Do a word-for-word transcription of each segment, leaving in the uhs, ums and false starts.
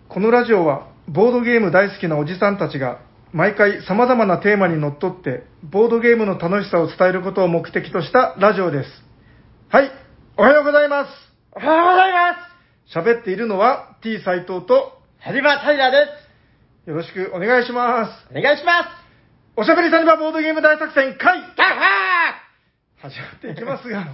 このラジオはボードゲーム大好きなおじさんたちが毎回様々なテーマにのっとってボードゲームの楽しさを伝えることを目的としたラジオです。はい、おはようございます。 おはようございます。 喋っているのは T 斎藤とはじまたいらです。 よろしくお願いします。 お願いします。 おしゃべりサニバボードゲーム大作戦会キャッハー始まっていきますが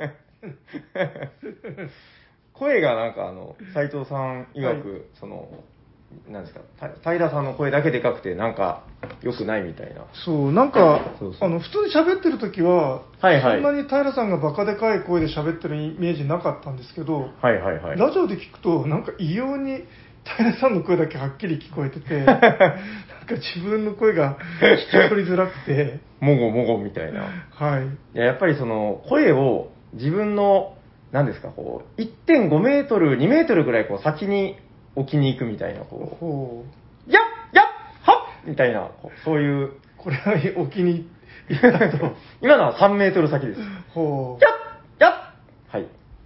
声がなんかあの斉藤さん曰く、はい、そのなんですか、平さんの声だけでかくてなんか良くないみたいな。 そうなんかそうそう、あの普通に喋ってる時は、はいはい、そんなに平さんがバカでかい声で喋ってるイメージなかったんですけど、 はいはいはい、 ラジオで聞くとなんか異様に平さんの声だけはっきり聞こえててなんか自分の声が聞き取りづらくてもごもごみたいな。 はい。 いや、やっぱりその声を自分の何ですか、こう いってんごメートルにメートルぐらいこう先に置きに行くみたいな、こうほうやっやっはっみたいな、こうそういう。 これは置きに行ったと今のはさんメートル先です。 ほうやっやっはい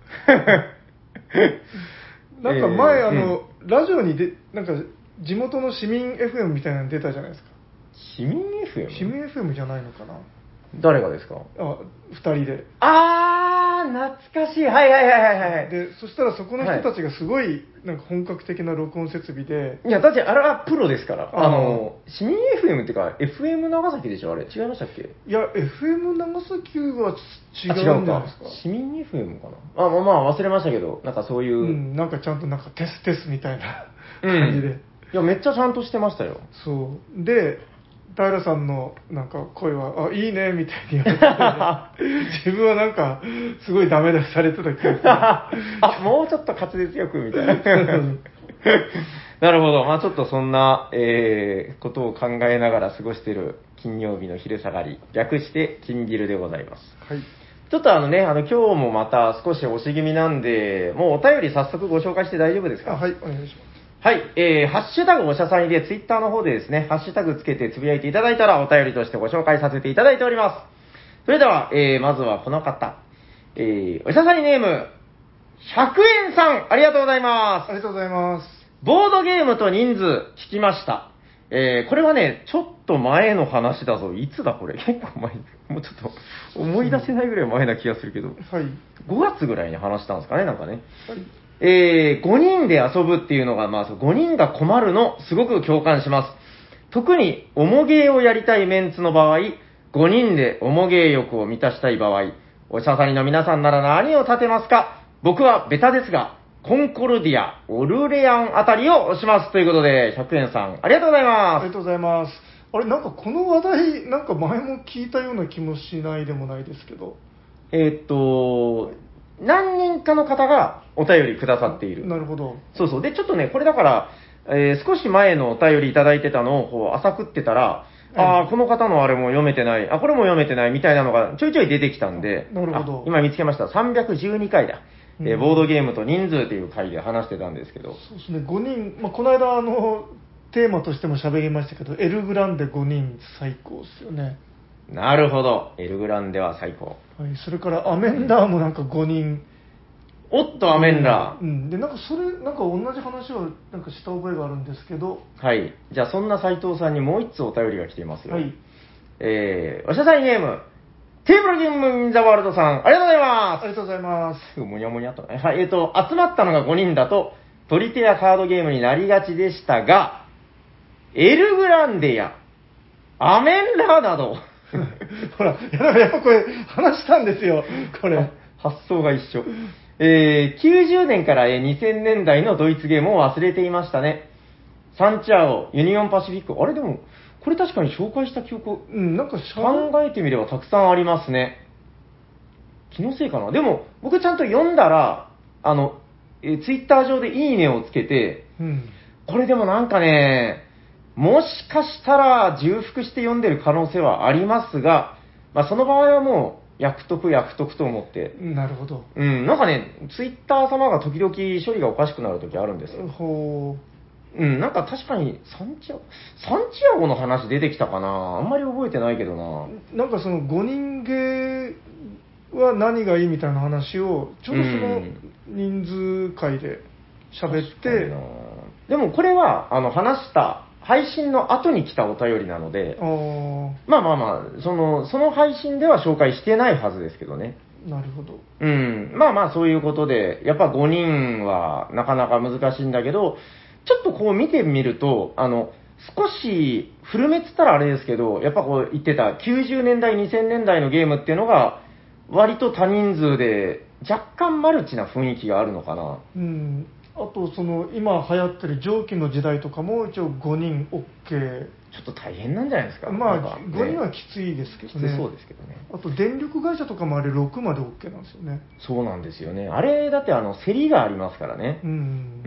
なんか前、えー、あの、うん、ラジオにでなんか地元の市民 エフエム みたいなの出たじゃないですか。 市民 エフエム？ 市民 エフエム じゃないのかな。 誰がですか？ あ、ふたりで。 あー、懐かしい。はいはいはいはいはい。 で、そしたらそこの人たちがすごい、なんか本格的な録音設備で。 いや、だってあれはプロですから。あ, あの、市民 エフエム っていうか、エフエム 長崎でしょあれ。違いましたっけ？ いや、エフエム 長崎は違うんじゃないですか。 市民 エフエム かな。あ、まあまあ忘れましたけど、なんかそういう。うん、なんかちゃんとなんかテステスみたいな感じで。うん、 いや、めっちゃちゃんとしてましたよ。 そう。で、平さんのなんか声は、あ、いいねみたいに言われて、自分はなんか、すごいダメ出しされてた気がする。 あ、もうちょっと滑舌よくみたいな。なるほど。まあちょっとそんな、えー、ことを考えながら過ごしている金曜日の昼下がり、略して金汁でございます。 はい。 ちょっとあのね、あの今日もまた少し押し気味なんで、もうお便り早速ご紹介して大丈夫ですか？ はい、お願いします。 はい、えー、ハッシュタグおしゃさんで、ツイッターの方でですね、ハッシュタグつけてつぶやいていただいたらお便りとしてご紹介させていただいております。それでは、えー、まずはこの方、えー、おしゃさんネーム、ひゃくえんさん、ありがとうございます。 ありがとうございます。 ボードゲームと人数、聞きました。えー、これはね、ちょっと前の話だぞ。いつだこれ結構前。もうちょっと思い出せないぐらい前な気がするけど。はい。ごがつぐらいに話したんですかね、なんかね。はい。えー、ごにんで遊ぶっていうのが、まあ、ごにんが困るの、すごく共感します。特に、おもゲーをやりたいメンツの場合、ごにんでおもゲー欲を満たしたい場合、おしゃさりの皆さんなら何を立てますか？僕はベタですが、コンコルディア、オルレアンあたりを押します。ということで、ひゃくえんさん、ありがとうございます。 ありがとうございます。あれ、なんかこの話題、なんか前も聞いたような気もしないでもないですけど。 えー、っと、何人かの方がお便りくださっている。 なるほど。 そうそう。で、ちょっとね、これだから、えー、少し前のお便りいただいてたのをこう浅くってたら、うん、ああ、この方のあれも読めてない、あ、これも読めてないみたいなのがちょいちょい出てきたんで、 なるほど。 今見つけました。さんびゃくじゅうにかいだ。うん、えー、ボードゲームと人数という回で話してたんですけど。 そうですね、ごにん、まあ、この間あの、テーマとしても喋りましたけど、エルグランデごにん最高ですよね。 なるほど。エルグランデは最高。 はい、それからアメンダーもなんかごにん。 おっと、アメンダー。 うん。で、なんかそれ、なんか同じ話をなんかした覚えがあるんですけど。 はい。じゃあそんな斉藤さんにもう一つお便りが来ていますよ。 はい。 えー、おしゃさいネーム、テーブルゲームインザワールドさん、ありがとうございます。 ありがとうございます。 もにゃもにゃっとね。はい、えっ、ー、と、集まったのがごにんだと、取り手やカードゲームになりがちでしたが、エルグランデや、アメンラーなど、 ほら、やっぱこれ、話したんですよ、これ。 発想が一緒。えー、きゅうじゅうねんからにせんねんだいのドイツゲームを忘れていましたね。サンチャオ、ユニオンパシフィック、あれでも、これ確かに紹介した記憶、 うん、なんか考えてみればたくさんありますね。気のせいかな。でも、僕ちゃんと読んだら、あの、えツイッター上でいいねをつけて、 うん、 これでもなんかね、もしかしたら重複して読んでる可能性はありますが、まあその場合はもう、役得役得と思って。 なるほど。 うん、なんかね、ツイッター様が時々処理がおかしくなる時あるんですよ。 ほう。うん、なんか確かにサンチアゴ、サンチアゴの話出てきたかな。あんまり覚えてないけどな。 なんかそのごにんゲーは何がいいみたいな話を、ちょうどその人数会で喋って、 でもこれは、あの、話した配信の後に来たお便りなので、まあまあまあ、その、その配信では紹介してないはずですけどね。 なるほど。 うん。まあまあそういうことで、やっぱごにんはなかなか難しいんだけど、ちょっとこう見てみると、あの、少し古めっつったらあれですけど、やっぱこう言ってたきゅうじゅうねんだい、にせんねんだいのゲームっていうのが、割と多人数で若干マルチな雰囲気があるのかな。 うん。あと、その、今流行ってる蒸気の時代とかも一応ごにん OK。 ちょっと大変なんじゃないですか。 まあ、 ね、 ごにんはきついですけどね。 きつそうですけどね。 あと、電力会社とかもあれろくまで OK なんですよね。 そうなんですよね。あれ、だってあの、競りがありますからね。 うん。 うん。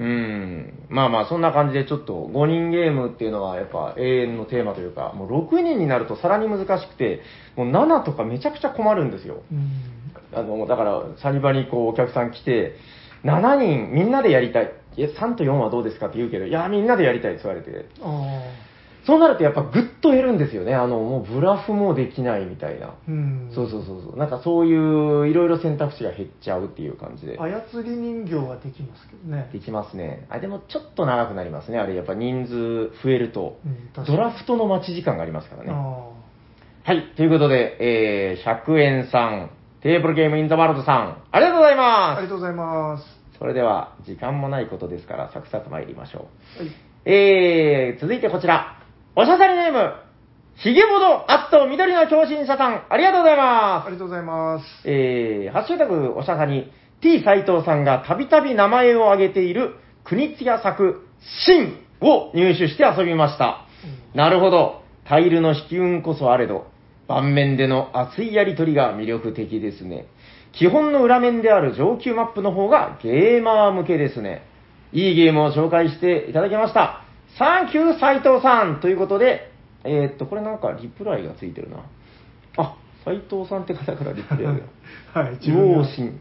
まあまあ、そんな感じでちょっとごにんゲームっていうのはやっぱ永遠のテーマというか、もうろくにんになるとさらに難しくて、もうななとかめちゃくちゃ困るんですよ。 うん。 あの、だから、サニバにこうお客さん来て、しちにんみんなでやりたい。いや、さんとよんはどうですかって言うけど、いや、みんなでやりたいって言われて。 あそうなるとやっぱぐっと減るんですよね。あの、もうブラフもできないみたいな。 うん。 そうそうそうそう。なんかそういういろいろ選択肢が減っちゃうっていう感じで。 操り人形はできますけどね。 できますね。あ、でもちょっと長くなりますね。あれやっぱ人数増えると。 うん、 ドラフトの待ち時間がありますからね。 あはい。ということで、えー、ひゃくえんさん、テーブルゲームインザワールドさん、ありがとうございあ。 ます。 ありがとうございます。 それでは、時間もないことですから、サクサク参りましょう。 はい。 えー、続いてこちら。おしゃさりネーム、ひげぼどあっと緑の超新者さん、ありがとうございます。 ありがとうございます。 えー、ハッシュタグおしゃさに T 斎藤さんがたびたび名前を挙げている国津屋作新を入手して遊びました。 うん、 なるほど。タイルの引き運こそあれど、盤面での熱いやり取りが魅力的ですね。基本の裏面である上級マップの方がゲーマー向けですね。いいゲームを紹介していただきました。サンキュー斉藤さんということで、えー、っと、これなんかリプライがついてるな。あ、斉藤さんって方からリプライが。 はい、自分が。 新。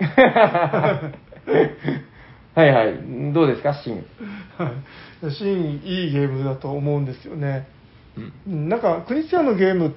はいはい。どうですか、新。 はい。新、いいゲームだと思うんですよね。 うん、 なんか、クリスチャンのゲームって、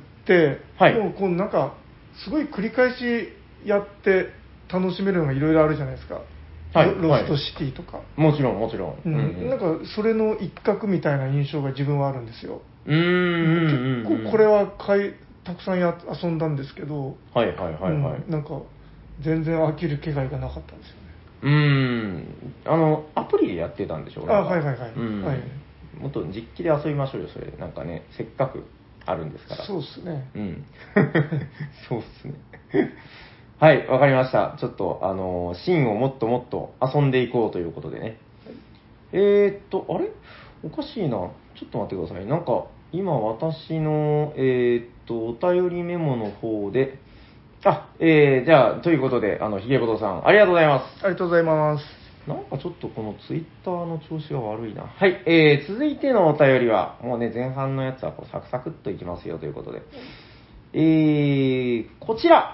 はい、 もうこうなんか、すごい繰り返しやって楽しめるのがいろいろあるじゃないですか。はい、ロストシティとか、はい、 もちろんもちろん、 うんうん、なんかそれの一角みたいな印象が自分はあるんですよ。 うーん、 結構これはかいたくさんや遊んだんですけど、 はいはいはいはい、うん、 なんか全然飽きる気概がなかったんですよね。 うーん、あのアプリでやってたんでしょうね。 あ、はいはいはい、 うん、はい、もっと実機で遊びましょうよ、それ。なんかね、せっかくあるんですから。 そうっすね。 うん。そうっすね。はい、わかりました。ちょっと、あの、シーンをもっともっと遊んでいこうということでね。はい、えーっと、あれおかしいな。ちょっと待ってください。なんか、今私の、えーっと、お便りメモの方で、あ、えー、じゃあ、ということで、あの、ひげぼとさん、ありがとうございます。 ありがとうございます。 なんかちょっとこのツイッターの調子が悪いな。はい、えー、続いてのお便りは、もうね、前半のやつはこうサクサクっといきますよということで。えー、こちら。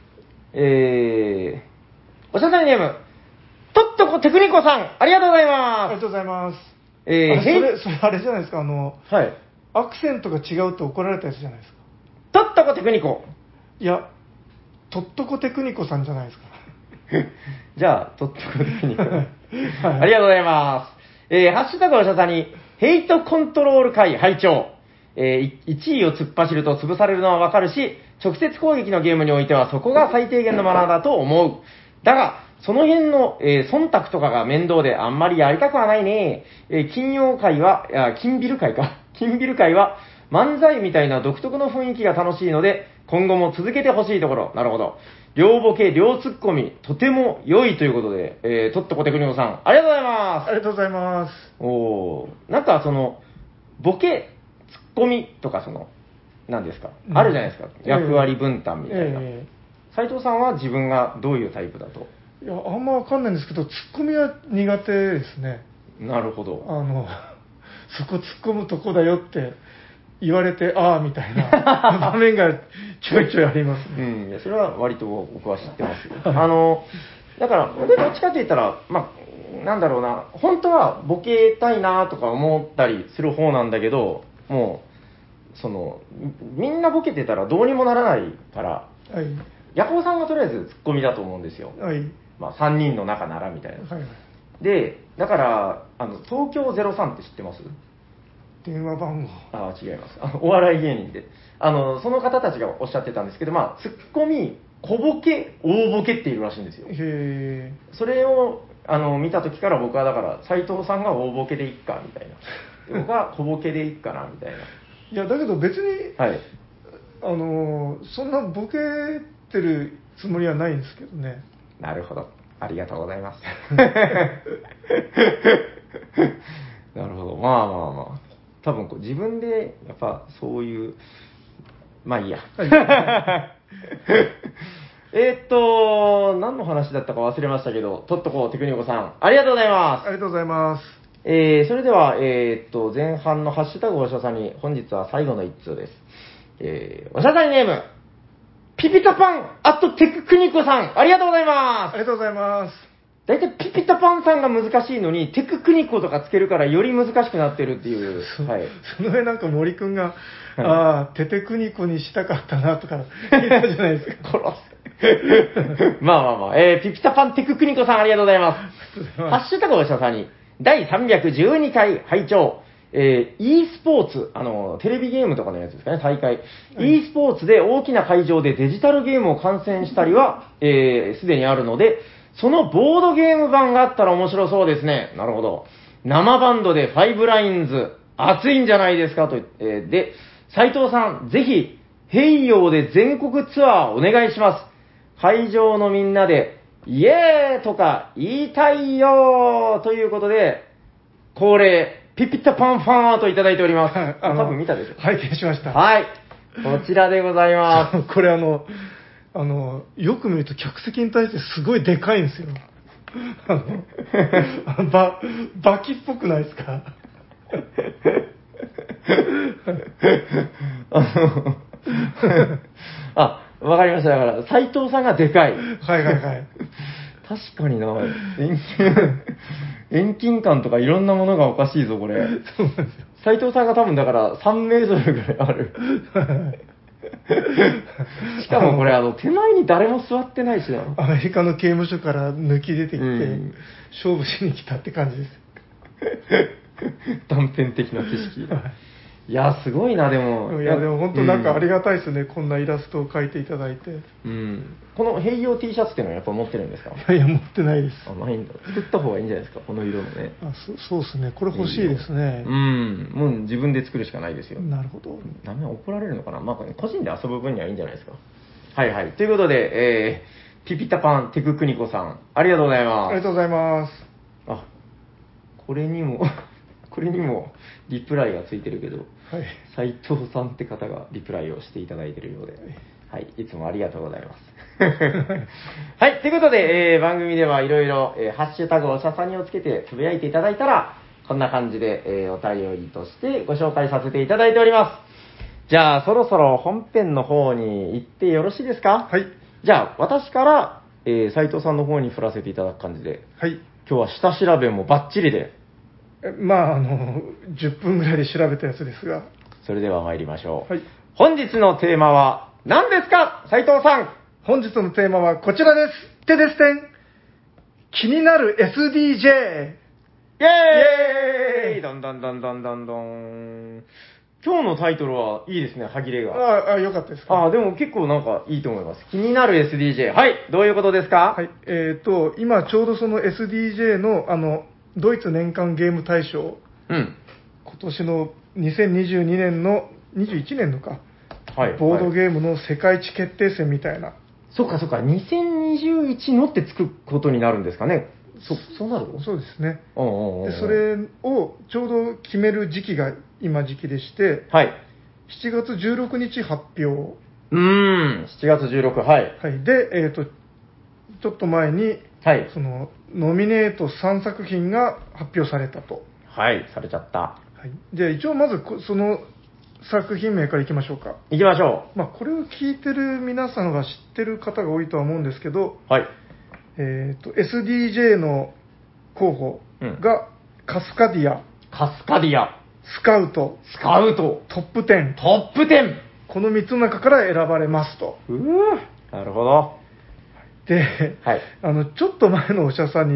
えー、おしゃさりネーム、とっとこテクニコさん、ありがとうございます。 ありがとうございます。 えー、 あれそれ、それあれじゃないですか、あの、 はい。 アクセントが違うって怒られたやつじゃないですか。 とっとこテクニコ。 いや、とっとこテクニコさんじゃないですか。 じゃあ、とっとこテクニコ。はい、ありがとうございます。えー、ハッシュタグおしゃさに、ヘイトコントロール会拝聴。えー、いちいを突っ走ると潰されるのはわかるし、直接攻撃のゲームにおいてはそこが最低限のマナーだと思う。だが、その辺の、えー、忖度とかが面倒であんまりやりたくはないね。えー、金曜会は、いや、金ビル会か。金ビル会は、漫才みたいな独特の雰囲気が楽しいので、今後も続けてほしいところ。なるほど。両ボケ、両ツッコミ、とても良いということで、えー、とっとこテクニコさん、ありがとうございます。 ありがとうございます。 おー、なんかその、ボケ、ツッコミとかその、何ですか、 うん、 あるじゃないですか。役割分担みたいな。 えー、斉藤さんは自分がどういうタイプだと？ いや、あんまわかんないんですけど、ツッコミは苦手ですね。 なるほど。 あの、そこ突っ込むとこだよって言われて、ああ、みたいな場面がちょいちょいありますね。 うん、いやそれは割と僕は知ってますよ。あの、だから、僕どっちかと言ったら、まあ、なんだろうな、本当はボケたいなとか思ったりする方なんだけど、もう、その、みんなボケてたらどうにもならないから、 はい。 ヤコウさんがとりあえずツッコミだと思うんですよ。 はい。 まあ、さんにんの中ならみたいな。 はい。 で、 だから、あの、東京ゼロさんって知ってます？ 電話番号。 ああ、違います。あのお笑い芸人で。あの、その方たちがおっしゃってたんですけど、まあ、ツッコミ、小ボケ、大ボケっているらしいんですよ。 へそれを、あの、見た時から僕はだから、斉藤さんが大ボケでいっか、みたいな。僕は小ボケでいっかな、みたいな。 いや、だけど別に、 はい。 あの、そんなボケてるつもりはないんですけどね。 なるほど。ありがとうございます。なるほど。まあまあまあ。多分こう自分で、やっぱそういう、まあいいや。えーっと、何の話だったか忘れましたけど、とっとこうテクニコさん、ありがとうございます。 ありがとうございます。 えー、それでは、えーっと、前半のハッシュタグおしゃさんに、本日は最後の一通です。えー、おしゃさんネーム、ピピタパン、アットテククニコさん、ありがとうございます。 ありがとうございます。 大体ピピタパンさんが難しいのに、テククニコとかつけるからより難しくなってるっていう。はい。 その上なんか森くんが、 はい、 ああ、テテクニコにしたかったなとか言ったじゃないですか。 殺す。まあまあまあ、えー、ピピタパンテククニコさんありがとうございます。ハッシュタグおしゃさんに、だいさんびゃくじゅうにかい拝聴。えー、e スポーツ、あの、テレビゲームとかのやつですかね、大会。はい、e スポーツで大きな会場でデジタルゲームを観戦したりは、えー、すでにあるので、そのボードゲーム版があったら面白そうですね。なるほど。生バンドでファイブラインズ、熱いんじゃないですかと。えー、で、斉藤さん、ぜひ、平洋で全国ツアーお願いします。会場のみんなで、イエーイとか言いたいよーということで、恒例、ピピタパンファンアートいただいております。あ多分見たでしょ。 拝見しました。 はい。こちらでございます。 これあの、あの、よく見ると客席に対してすごいでかいんですよ。あの、バ、バキっぽくないですか？ あ、わかりました。だから、斉藤さんがでかい。 はいはいはい。 確かにな、遠近、遠近感とかいろんなものがおかしいぞ、これ。そうなんですよ。斉藤さんが多分だからさんメートルぐらいある。しかもこれ、あの、手前に誰も座ってないしな。 アメリカの刑務所から抜き出てきて、うん、勝負しに来たって感じです。 断片的な知識。いや、すごいな、でも。 いや、でも本当なんかありがたいですね、うん、こんなイラストを描いていただいて。 うん。この併用 T シャツっていうのはやっぱ持ってるんですか？いやいや、持ってないです。 あ、ないんだ。作った方がいいんじゃないですか、この色のね。 あ、そそうですね。これ欲しいですね。 うん。もう自分で作るしかないですよ。 なるほど。 ダメ、怒られるのかな。まあ、個人で遊ぶ分にはいいんじゃないですか。はいはい。ということで、えー、ピピタパンテククニコさん、ありがとうございます。 ありがとうございます。 あ、これにも、これにもリプライがついてるけど、はい、斉藤さんって方がリプライをしていただいているようで、はい、いつもありがとうございます。はい、ということで、えー、番組ではいろいろ、えー、ハッシュタグおしゃさにをつけてつぶやいていただいたら、こんな感じで、えー、お便りとしてご紹介させていただいております。じゃあ、そろそろ本編の方に行ってよろしいですか？ はい。 じゃあ、私から、えー、斉藤さんの方に振らせていただく感じで、 はい。 今日は下調べもバッチリで、 まあ、あの、じゅっぷんぐらいで調べたやつですが。 それでは参りましょう。 はい。 本日のテーマは何ですか、斉藤さん。 本日のテーマはこちらです。てですてん。気になる エスディージェー。イェーイイェーイどんどんどんどんどんどん。今日のタイトルはいいですね、歯切れが。 ああ、よかったですか。 ああ、でも結構なんかいいと思います。気になる エスディージェー。はい、どういうことですか？ はい、えっ、ー、と、今ちょうどその エスディージェー の、あの、ドイツ年間ゲーム大賞、 うん、 今年のにせんにじゅうにねんの、にじゅういちねんのか、 はい、 ボードゲームの世界一決定戦みたいな。はい、 そっかそっか、にせんにじゅういちのってつくことになるんですかね。そそうなるの？ そうですね。 おうおうおうおう。 でそれをちょうど決める時期が今時期でして、 はい、 しちがつじゅうろくにち発表。 うーん、しちがつじゅうろく、はい。 はい、で、えっ、ー、と、ちょっと前に、 はい、 そのノミネートさんさく品が発表されたと。 はい、されちゃった。はい、で一応まずその作品名からいきましょうか。 いきましょう。まあ、これを聞いてる皆さんが知ってる方が多いとは思うんですけど、 はい。 えっ、ー、と エスディージェー の候補が、うん、カスカディア、 カスカディア、 スカウト、 スカウト、 トップテン、 トップテン、 このみっつの中から選ばれますと。 うー、なるほど。 で、 はい、 あのちょっと前のおしゃさんに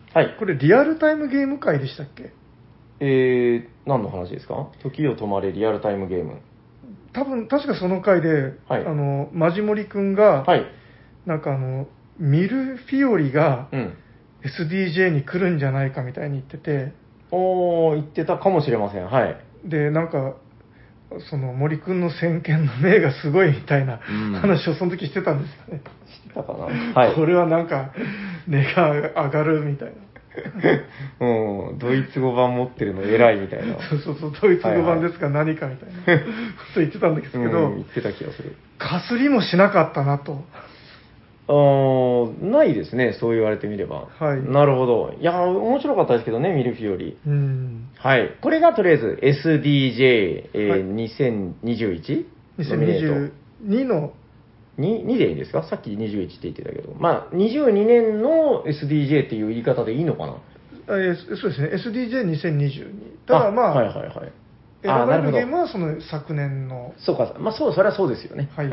はい。 これリアルタイムゲーム会でしたっけ？ えー、何の話ですか？時を止まれリアルタイムゲーム。 多分、確かその回で、 はい、 あの、マジモリ君が、 はい、 なんかあの、ミルフィオリが、 うん。 エスディージェー に来るんじゃないかみたいに言ってて、 おー、言ってたかもしれません。はい。 で、なんか、その森くんの先見の明がすごいみたいなうん話をその時してたんですよね。 してたかな。はい。 これはなんか、値が上がるみたいな。 うん、ドイツ語版持ってるの偉いみたいな。 そうそうそう、ドイツ語版ですか何かみたいなこと言ってたんですけど、 うん、言ってた気がする。 かすりもしなかったなと。 あー、ないですね、そう言われてみれば。 はい。 なるほど。いやー、面白かったですけどね、ミルフィオリ。 うん。 はい。これがとりあえず エスディージェー、えーはい、 にせんにじゅういち? にせんにじゅうにのに, にでいいんですか？さっきにじゅういちって言ってたけど。まあ、にじゅうにねんの エスディージェー っていう言い方でいいのかな？ あえーそうですね、エスディージェーにせんにじゅうに。ただまあ、 はいはいはい。 選ばれるゲームはその昨年の。 そうか、まあそう、それはそうですよね。 はい。 うん、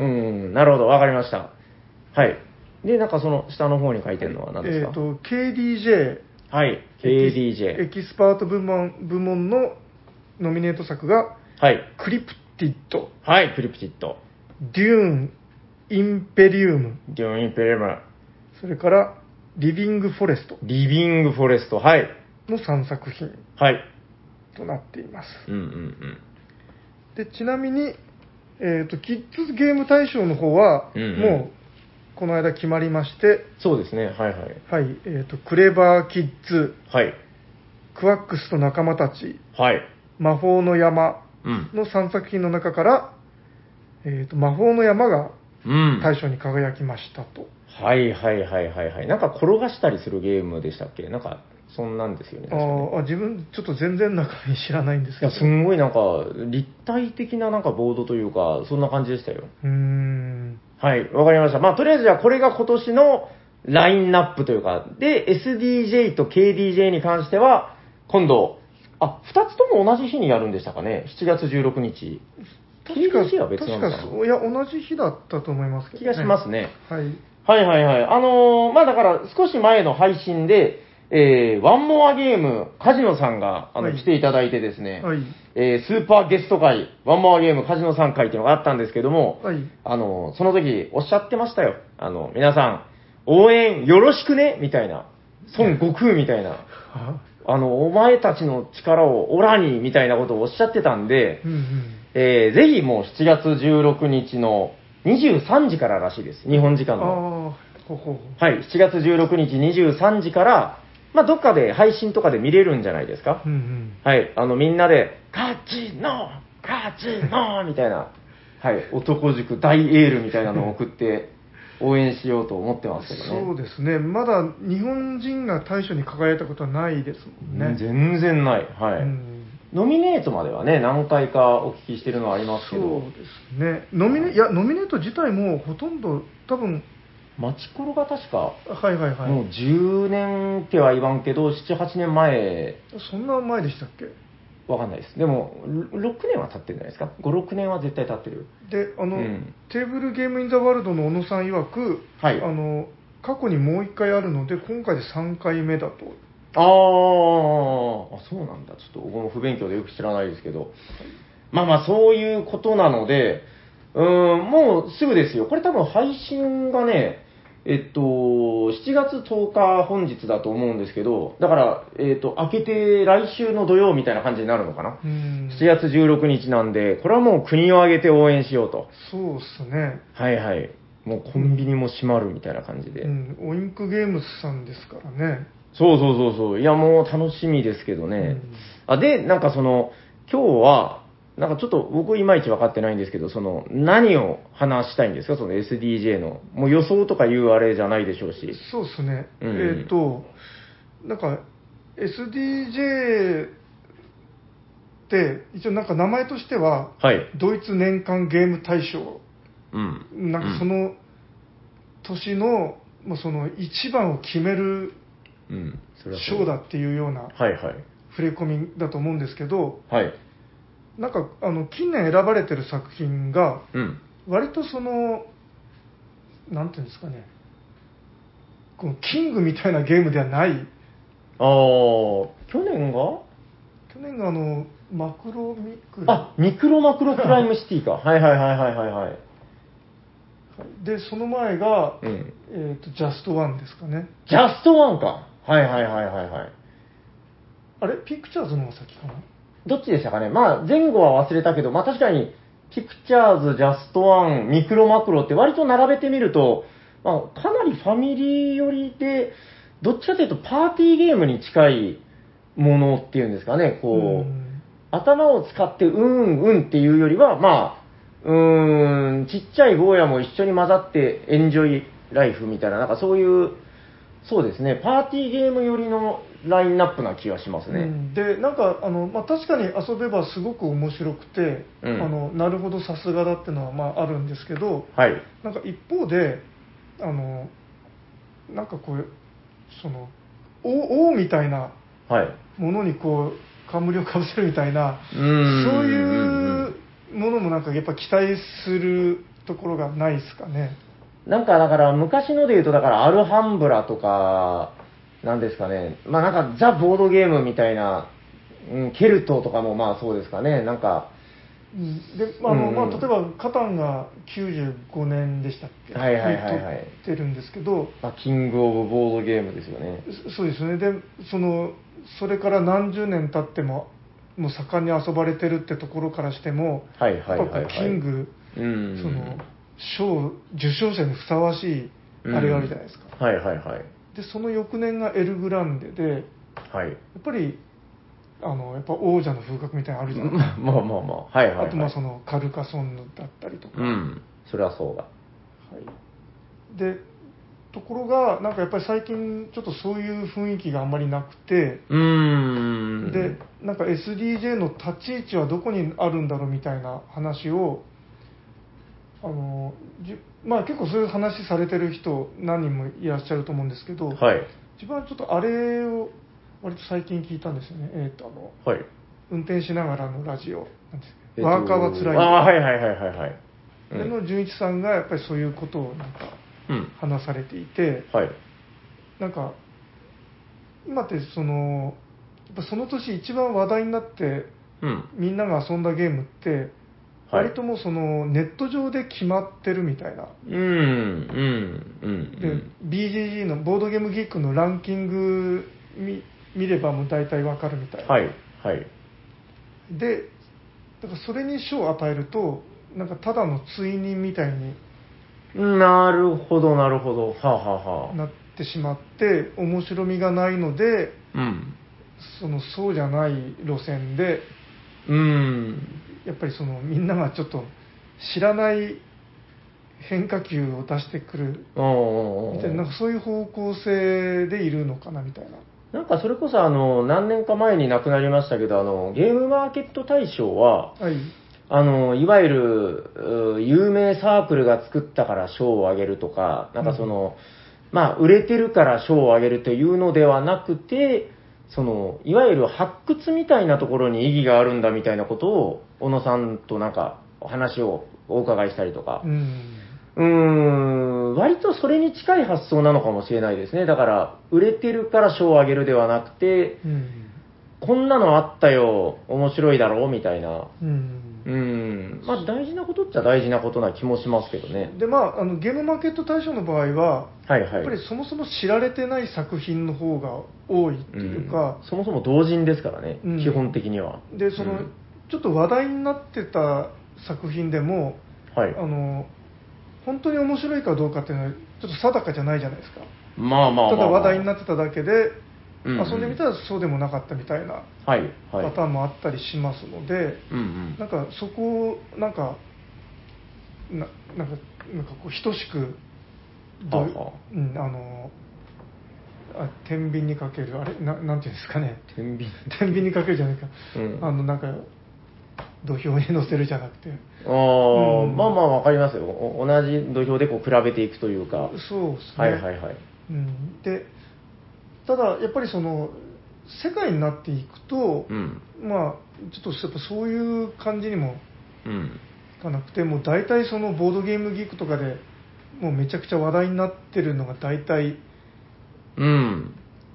なるほど、わかりました。はい。で、なんかその下の方に書いてるのは何ですか？ えっ、ー、と、ケーディージェー。 はい、ケーディージェー。 エキスパート部門部門のノミネート作が、 はい。 クリプティッド。 はい、クリプティッド。 デューン、インペリウム。 デューン、インペリウム。 それから、リビングフォレスト。 リビングフォレスト、はい。 のさんさく品。 はい。 となっています。 うんうんうん。 で、ちなみに、えっ、ー、と、キッズゲーム大賞の方は、うんうん、もう、この間決まりまして、 そうですね、はいはい。 はい、えっ、ー、と、クレバーキッズ、 はい。 クワックスと仲間たち、 はい。 魔法の山のさんさく品の中から、うん、えっ、ー、と、魔法の山が大賞に輝きましたと、 うん。はいはいはいはいはい。なんか転がしたりするゲームでしたっけ？なんか、そんなんですよね。ねああ、自分、ちょっと全然中身知らないんですけど。 いや、すんごいなんか、立体的ななんかボードというか、そんな感じでしたよ。 うーん。 はい、わかりました。まあ、とりあえずじゃあこれが今年のラインナップというか、で、エスディージェー と ケーディージェー に関しては、今度、あ、二つとも同じ日にやるんでしたかね。しちがつじゅうろくにち。 確か、 は別なのかな確かそう、いや、同じ日だったと思いますけど、 ね、気がしますね。 はい。 はいはいはい。あのー、まあだから少し前の配信で、えー、ワンモアゲーム、カジノさんが、あの、はい、来ていただいてですね、はい、えー、スーパーゲスト会、ワンモアゲームカジノさん会っていうのがあったんですけども、はい、あの、その時おっしゃってましたよ。あの、皆さん、応援よろしくねみたいな、孫悟空みたいな、あの、お前たちの力をオラにみたいなことをおっしゃってたんで、うんうん、えー、ぜひもうしちがつじゅうろくにちのにじゅうさんじかららしいです。日本時間の。ほほはい、しちがつじゅうろくにちにじゅうさんじから、まあ、どっかで配信とかで見れるんじゃないですか。うんうん、はい、あの、みんなで、カチノカチノみたいな、はい、男塾大エールみたいなのを送って応援しようと思ってますけどね。 そうですね。まだ日本人が大賞に輝いたことはないですもんね。 全然ない。はい。うん、ノミネートまではね、何回かお聞きしてるのはありますけど。 そうですね。ノミネ、いや、ノミネート自体もほとんど、多分、 マチコロが確か、 はいはいはい。 もうじゅうねんっては言わんけど、なな、はちねんまえ。 そんな前でしたっけ？ わかんないです。でも、ろくねんは経ってるんじゃないですか。ご、ろくねんは絶対経ってる。 で、あの、うん、テーブルゲームインザワールドの小野さん曰く、はい、あの、過去にもういっかいあるので、今回でさんかいめだと。 あー、あ、そうなんだ。ちょっと僕も不勉強でよく知らないですけど。はい、まあまあ、そういうことなので、うーん、もうすぐですよ。これ多分配信がね、えっと、しちがつとおか本日だと思うんですけど、だから、えっと、明けて来週の土曜みたいな感じになるのかな。しちがつじゅうろくにちなんで、これはもう国を挙げて応援しようと。 そうっすね。 はいはい。もうコンビニも閉まるみたいな感じで。 うん、オインクゲームズさんですからね。 そうそうそうそう。いや、もう楽しみですけどね。うん、あで、なんかその、今日は、なんかちょっと僕いまいち分かってないんですけど、その何を話したいんですか、その エスディージェー の。もう予想とかいうあれじゃないでしょうし。 そうですね。うん、えっ、ー、と、なんか エスディージェー って、一応なんか名前としては、はい、ドイツ年間ゲーム大賞。うん、なんかその年の、まあ、その一番を決める賞だっていうような触れ込みだと思うんですけど、はい、なんかあの近年選ばれてる作品が、割とその、なんていうんですかね、このキングみたいなゲームではないあー、去年が去年があの、マクロミクロ。 あ、ミクロマクロプライムシティか。はいはいはいはいはいはい。 で、その前が、 うん。 えっ、と、ジャストワンですかね。 ジャストワンか。はいはいはいはいはい。 あれピクチャーズの方が先かな。 どっちでしたかね。まあ、前後は忘れたけど、まあ確かに、ピクチャーズ、ジャストワン、ミクロマクロって割と並べてみると、まあ、かなりファミリー寄りで、どっちかというとパーティーゲームに近いものっていうんですかね、こう、 うん頭を使ってうんうんっていうよりは、まあ、うーん、ちっちゃい坊やも一緒に混ざってエンジョイライフみたいな、なんかそういう、そうですね、パーティーゲーム寄りのラインナップな気がしますね。 うんで、なんかあの、まあ、確かに遊べばすごく面白くて、 うんあのなるほど、さすがだっていうのはまああるんですけど、 はい。 なんか一方で、あのなんかこう、その王王みたいなはい。 ものにこう冠をかぶせるみたいな、 うーん。 そういうんうんうものもなんかやっぱ期待するところがないですかね。 なんかだから昔ので言うと、だからアルハンブラとか、なんですかね、まあなんかザ・ボードゲームみたいな、うん、ケルトとかもまあそうですかね、なんか、 うんで、まああのまあ、 うんうん例えばカタンがきゅうじゅうごねんでしたっけはいはいに撮っはいはい。 てるんですけど、 まあ、キングオブボードゲームですよね。 そそうですね。で、そのそれから何十年経ってももう盛んに遊ばれてるってところからしても、 はいはいやっぱこうはいはい。 キング、 うん。 その賞受賞者にふさわしいあれがあるじゃないですか。 うんはいはいはい。 で、その翌年がエルグランデで、 はい。 やっぱりあのやっぱ王者の風格みたいなのあるじゃないですか。 まあまあまあまあ、はいはいはい。 あとまあそのカルカソンヌだったりとか。 うん。それはそうだ。 はい、でところが、なんかやっぱり最近、ちょっとそういう雰囲気があんまりなくて、 うーん。 でなんか エスディージェー の立ち位置はどこにあるんだろうみたいな話を、あのじまあ、結構そういう話されてる人、何人もいらっしゃると思うんですけど、 はい。 自分はちょっとあれを割と最近聞いたんですよね、えーとあのはい。 運転しながらのラジオなんですえっとワーカーはつらいよ、 ああ、はいはいはいはいはい。うでん。 の純一さんがやっぱりそういうことをなんかうん。 話されていて、 はい。 なんか今ってそのやっぱその年一番話題になってうん。 みんなが遊んだゲームってはい割ともうそのネット上で決まってるみたいな、 うん、うん、うん。 で ビージージー のボードゲームギークのランキング見見ればもう大体わかるみたいな、 はい、はい。 でだからそれに賞を与えるとなんかただの追認みたいになるほど、なるほど。はあ、はあはなってしまって面白みがないので、 あ、うん。 そのそうじゃない路線でうん。 やっぱりそのみんながちょっと知らない変化球を出してくるおみたいな、なんかそういう方向性でいるのかなみたいな。 なんかそれこそあの、何年か前に亡くなりましたけど、あの、ゲームマーケット大賞は、 はい。 あの、いわゆる、う有名サークルが作ったから賞をあげるとか、なんかその、まあ、売れてるから賞をあげるというのではなくて、その、いわゆる発掘みたいなところに意義があるんだみたいなことを、小野さんとなんか話をお伺いしたりとか、 うん。 うーん、割とそれに近い発想なのかもしれないですね。だから、売れてるから賞をあげるではなくて、 うん。 こんなのあったよ、面白いだろうみたいな。 うんうーん、まあ大事なことっちゃ大事なことな気もしますけどね。 でまあ、あのゲームマーケット大賞の場合は、 はいはい。 やっぱりそもそも知られてない作品の方が多いっていうか、 うんそもそも同人ですからね、 うん基本的には。 でその、 うんちょっと話題になってた作品でも、 はい。 あの本当に面白いかどうかっていうのはちょっと定かじゃないじゃないですか。 まあまあまあ、まあ。 ただ話題になってただけで、 うんうん遊んでみたらそうでもなかったみたいなはいはい。 パターンもあったりしますので、 うんうん。 なんかそこをなんかななんかなんかこう等しくどうはあはあうん、あのあ天秤にかけるあれななんていうんですかね、 天秤天秤にかけるじゃないか、 うんあのなんか土俵に乗せるじゃなくて、 ああ、 うんまあまあわかりますよ。お同じ土俵でこう比べていくというか。 そうですね、 はいはいはい。 うん、でただやっぱりその世界になっていくと、 うん。 まあちょっとやっぱそういう感じにもうん。 いかなくて、もう大体そのボードゲームギークとかでもうめちゃくちゃ話題になってるのが大体うん。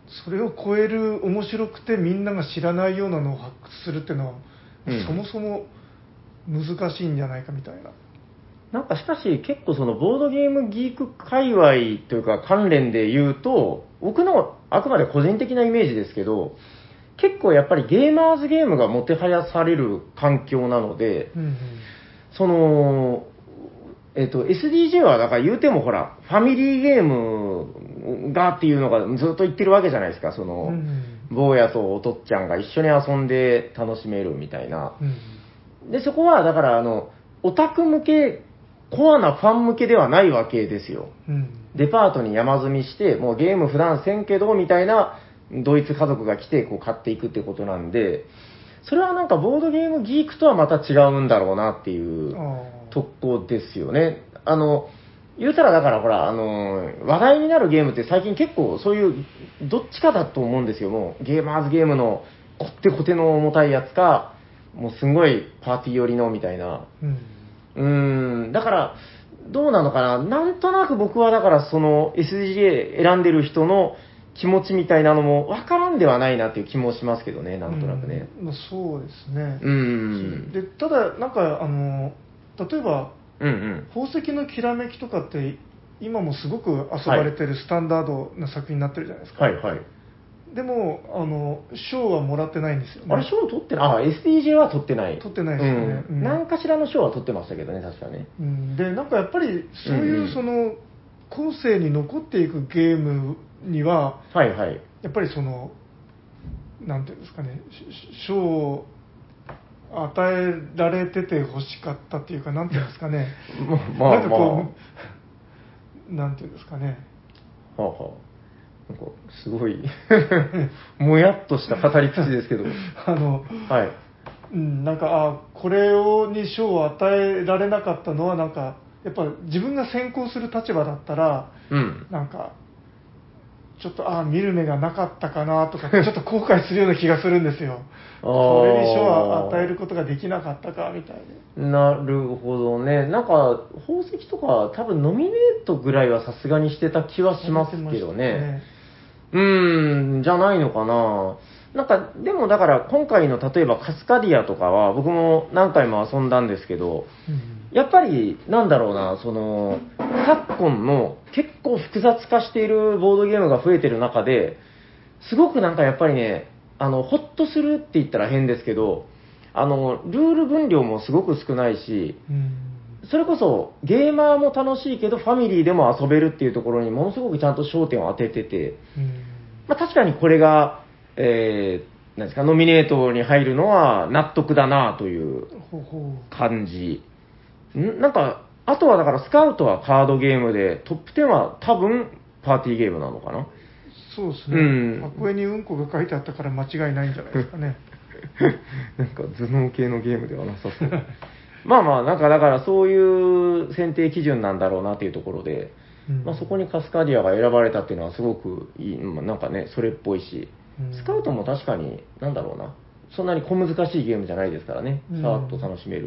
それを超える面白くてみんなが知らないようなのを発掘するっていうのは、うん、そもそも難しいんじゃないかみたいな。 なんかしかし結構そのボードゲームギーク界隈というか関連で言うと、僕のあくまで個人的なイメージですけど、結構やっぱりゲーマーズゲームがもてはやされる環境なので、うんうん、その、えっと、エスディージェー はだから言うてもほら、ファミリーゲームがっていうのがずっと言ってるわけじゃないですか、その、うんうん、坊やとおとっちゃんが一緒に遊んで楽しめるみたいな。うん、で、そこはだからあの、オタク向け、コアなファン向けではないわけですよ。うん、デパートに山積みして、もうゲーム普段せんけど、みたいな、ドイツ家族が来てこう買っていくってことなんで、それはなんかボードゲームギークとはまた違うんだろうなっていうとこですよね。あの、言うたらだからほら、あの、話題になるゲームって最近結構そういう、どっちかだと思うんですよ。もうゲーマーズゲームのこってこての重たいやつか、もうすごいパーティー寄りのみたいな。うんうーん、だから、どうなのかな、なんとなく僕はだからその エスディージェー 選んでる人の気持ちみたいなのも分からんではないなっていう気もしますけどね、なんとなくね。 うん、まあ、そうですね。 うん。 で、ただ、なんか、あの、例えば、 うんうん、 宝石のきらめきとかって、今もすごく遊ばれてるスタンダードな作品になってるじゃないですか。 はいはい。 でも、あの、賞はもらってないんですよね。 あれ、賞取ってないあ、エスディージェー は取ってない。 取ってないですよね。 うん。何かしらの賞は取ってましたけどね、確かね。 うん、で、なんかやっぱり、そういうその、後世に残っていくゲームには、 はいはい。 やっぱりその、なんていうんですかね、賞を与えられてて欲しかったっていうか、なんていうんですかね、 まあ、 なんかこう、なんていうんですかね。 はあはあ。なんか、すごい、もやっとした語り口ですけど。 あの、 はい。 うん、なんか、あ、これをに賞を与えられなかったのは、なんか、やっぱ自分が先行する立場だったら、 うん、 なんか、ちょっと、ああ、見る目がなかったかなとか、ちょっと後悔するような気がするんですよ。これに賞を与えることができなかったか、みたいで。なるほどね。なんか、宝石とか、多分ノミネートぐらいはさすがにしてた気はしますけどね。ねうーん、じゃないのかな。なんか、でもだから今回の例えばカスカディアとかは僕も何回も遊んだんですけど、うん、やっぱりなんだろうな、その、昨今の結構複雑化しているボードゲームが増えてる中で、すごくなんかやっぱりね、あの、ホッとするって言ったら変ですけど、あの、ルール分量もすごく少ないし、うん、それこそゲーマーも楽しいけどファミリーでも遊べるっていうところにものすごくちゃんと焦点を当ててて、うんまあ、確かにこれが、えー、なんですか、ノミネートに入るのは納得だなという感じ。んなんか、あとはだからスカウトはカードゲームで、トップじゅうは多分パーティーゲームなのかな。 そうですね。うん、箱絵にうんこが書いてあったから間違いないんじゃないですかね。 なんか頭脳系のゲームではなさそう。まあまあ、なんかだからそういう選定基準なんだろうなっていうところで、うん、まあ、そこにカスカディアが選ばれたっていうのはすごくいい、なんかね、それっぽいし、スカウトも確かに、なんだろうな、そんなに小難しいゲームじゃないですからね、さーっと楽しめる。うん、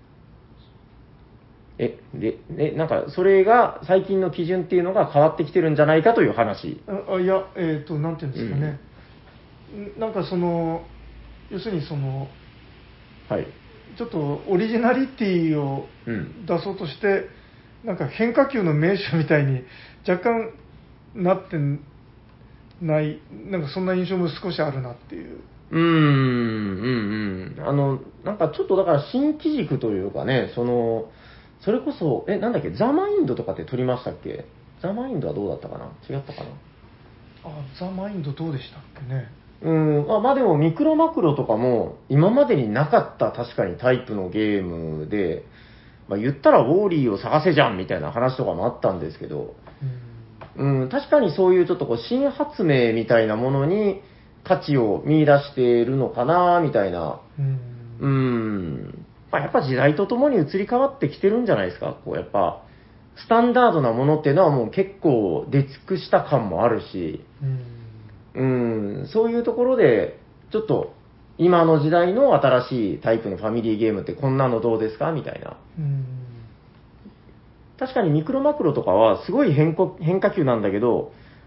え、で、で、なんか、それが最近の基準っていうのが変わってきてるんじゃないかという話。 あいや、えっ、ー、と、なんていうんですかね、うん、なんかその、要するにその、 はい。 ちょっとオリジナリティを出そうとして、うん、なんか変化球の名手みたいに若干なってない、なんかそんな印象も少しあるなっていう。 うーん、うんうん。あの、なんかちょっとだから新機軸というかね、その、それこそ、え、なんだっけ、ザ・マインドとかって撮りましたっけ？ザ・マインドはどうだったかな？違ったかな？ あ、ザ・マインドどうでしたっけね。 うん、あまあでもミクロマクロとかも今までになかった確かにタイプのゲームで、まあ、言ったらウォーリーを探せじゃんみたいな話とかもあったんですけど、うん、うん、確かにそういうちょっとこう新発明みたいなものに価値を見出しているのかなみたいな、うん、うんまあ、やっぱ時代とともに移り変わってきてるんじゃないですか。こうやっぱスタンダードなものっていうのはもう結構出尽くした感もあるし、うんうん、そういうところで、ちょっと、今の時代の新しいタイプのファミリーゲームってこんなのどうですかみたいな。うん確かにミクロマクロとかはすごい変化変化球なんだけど、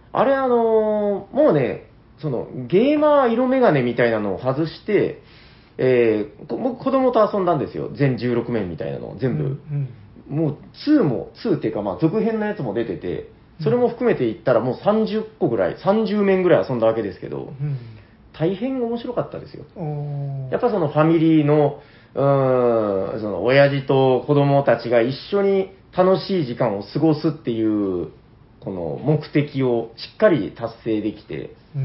あれあのーもうね、そのゲーマー色眼鏡みたいなのを外して、えー、こ僕子供と遊んだんですよ。全じゅうろく面みたいなのを全部。 うんもうにも、にっていうかまあ続編のやつも出てて、それも含めて言ったらもうさんじゅっこぐらい、さんじゅう面ぐらい遊んだわけですけど、 うん大変面白かったですよ。 うん、 やっぱそのファミリーの、うーん、その親父と子供たちが一緒に楽しい時間を過ごすっていう、この目的をしっかり達成できて、 うん、